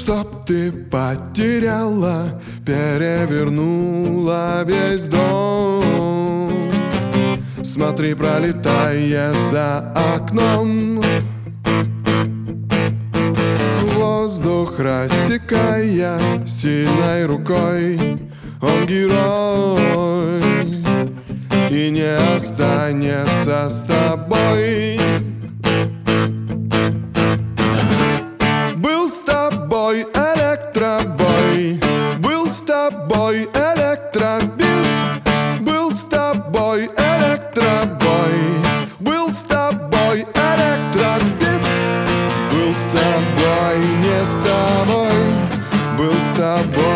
чтоб ты потеряла, перевернула весь дом. Смотри, пролетает за окном, воздух рассекая сильной рукой. Он герой и не останется с тобой. Был с тобой электробой, был с тобой электробит, был с тобой электробой, был с тобой электробит, был с тобой, не с тобой, был с тобой.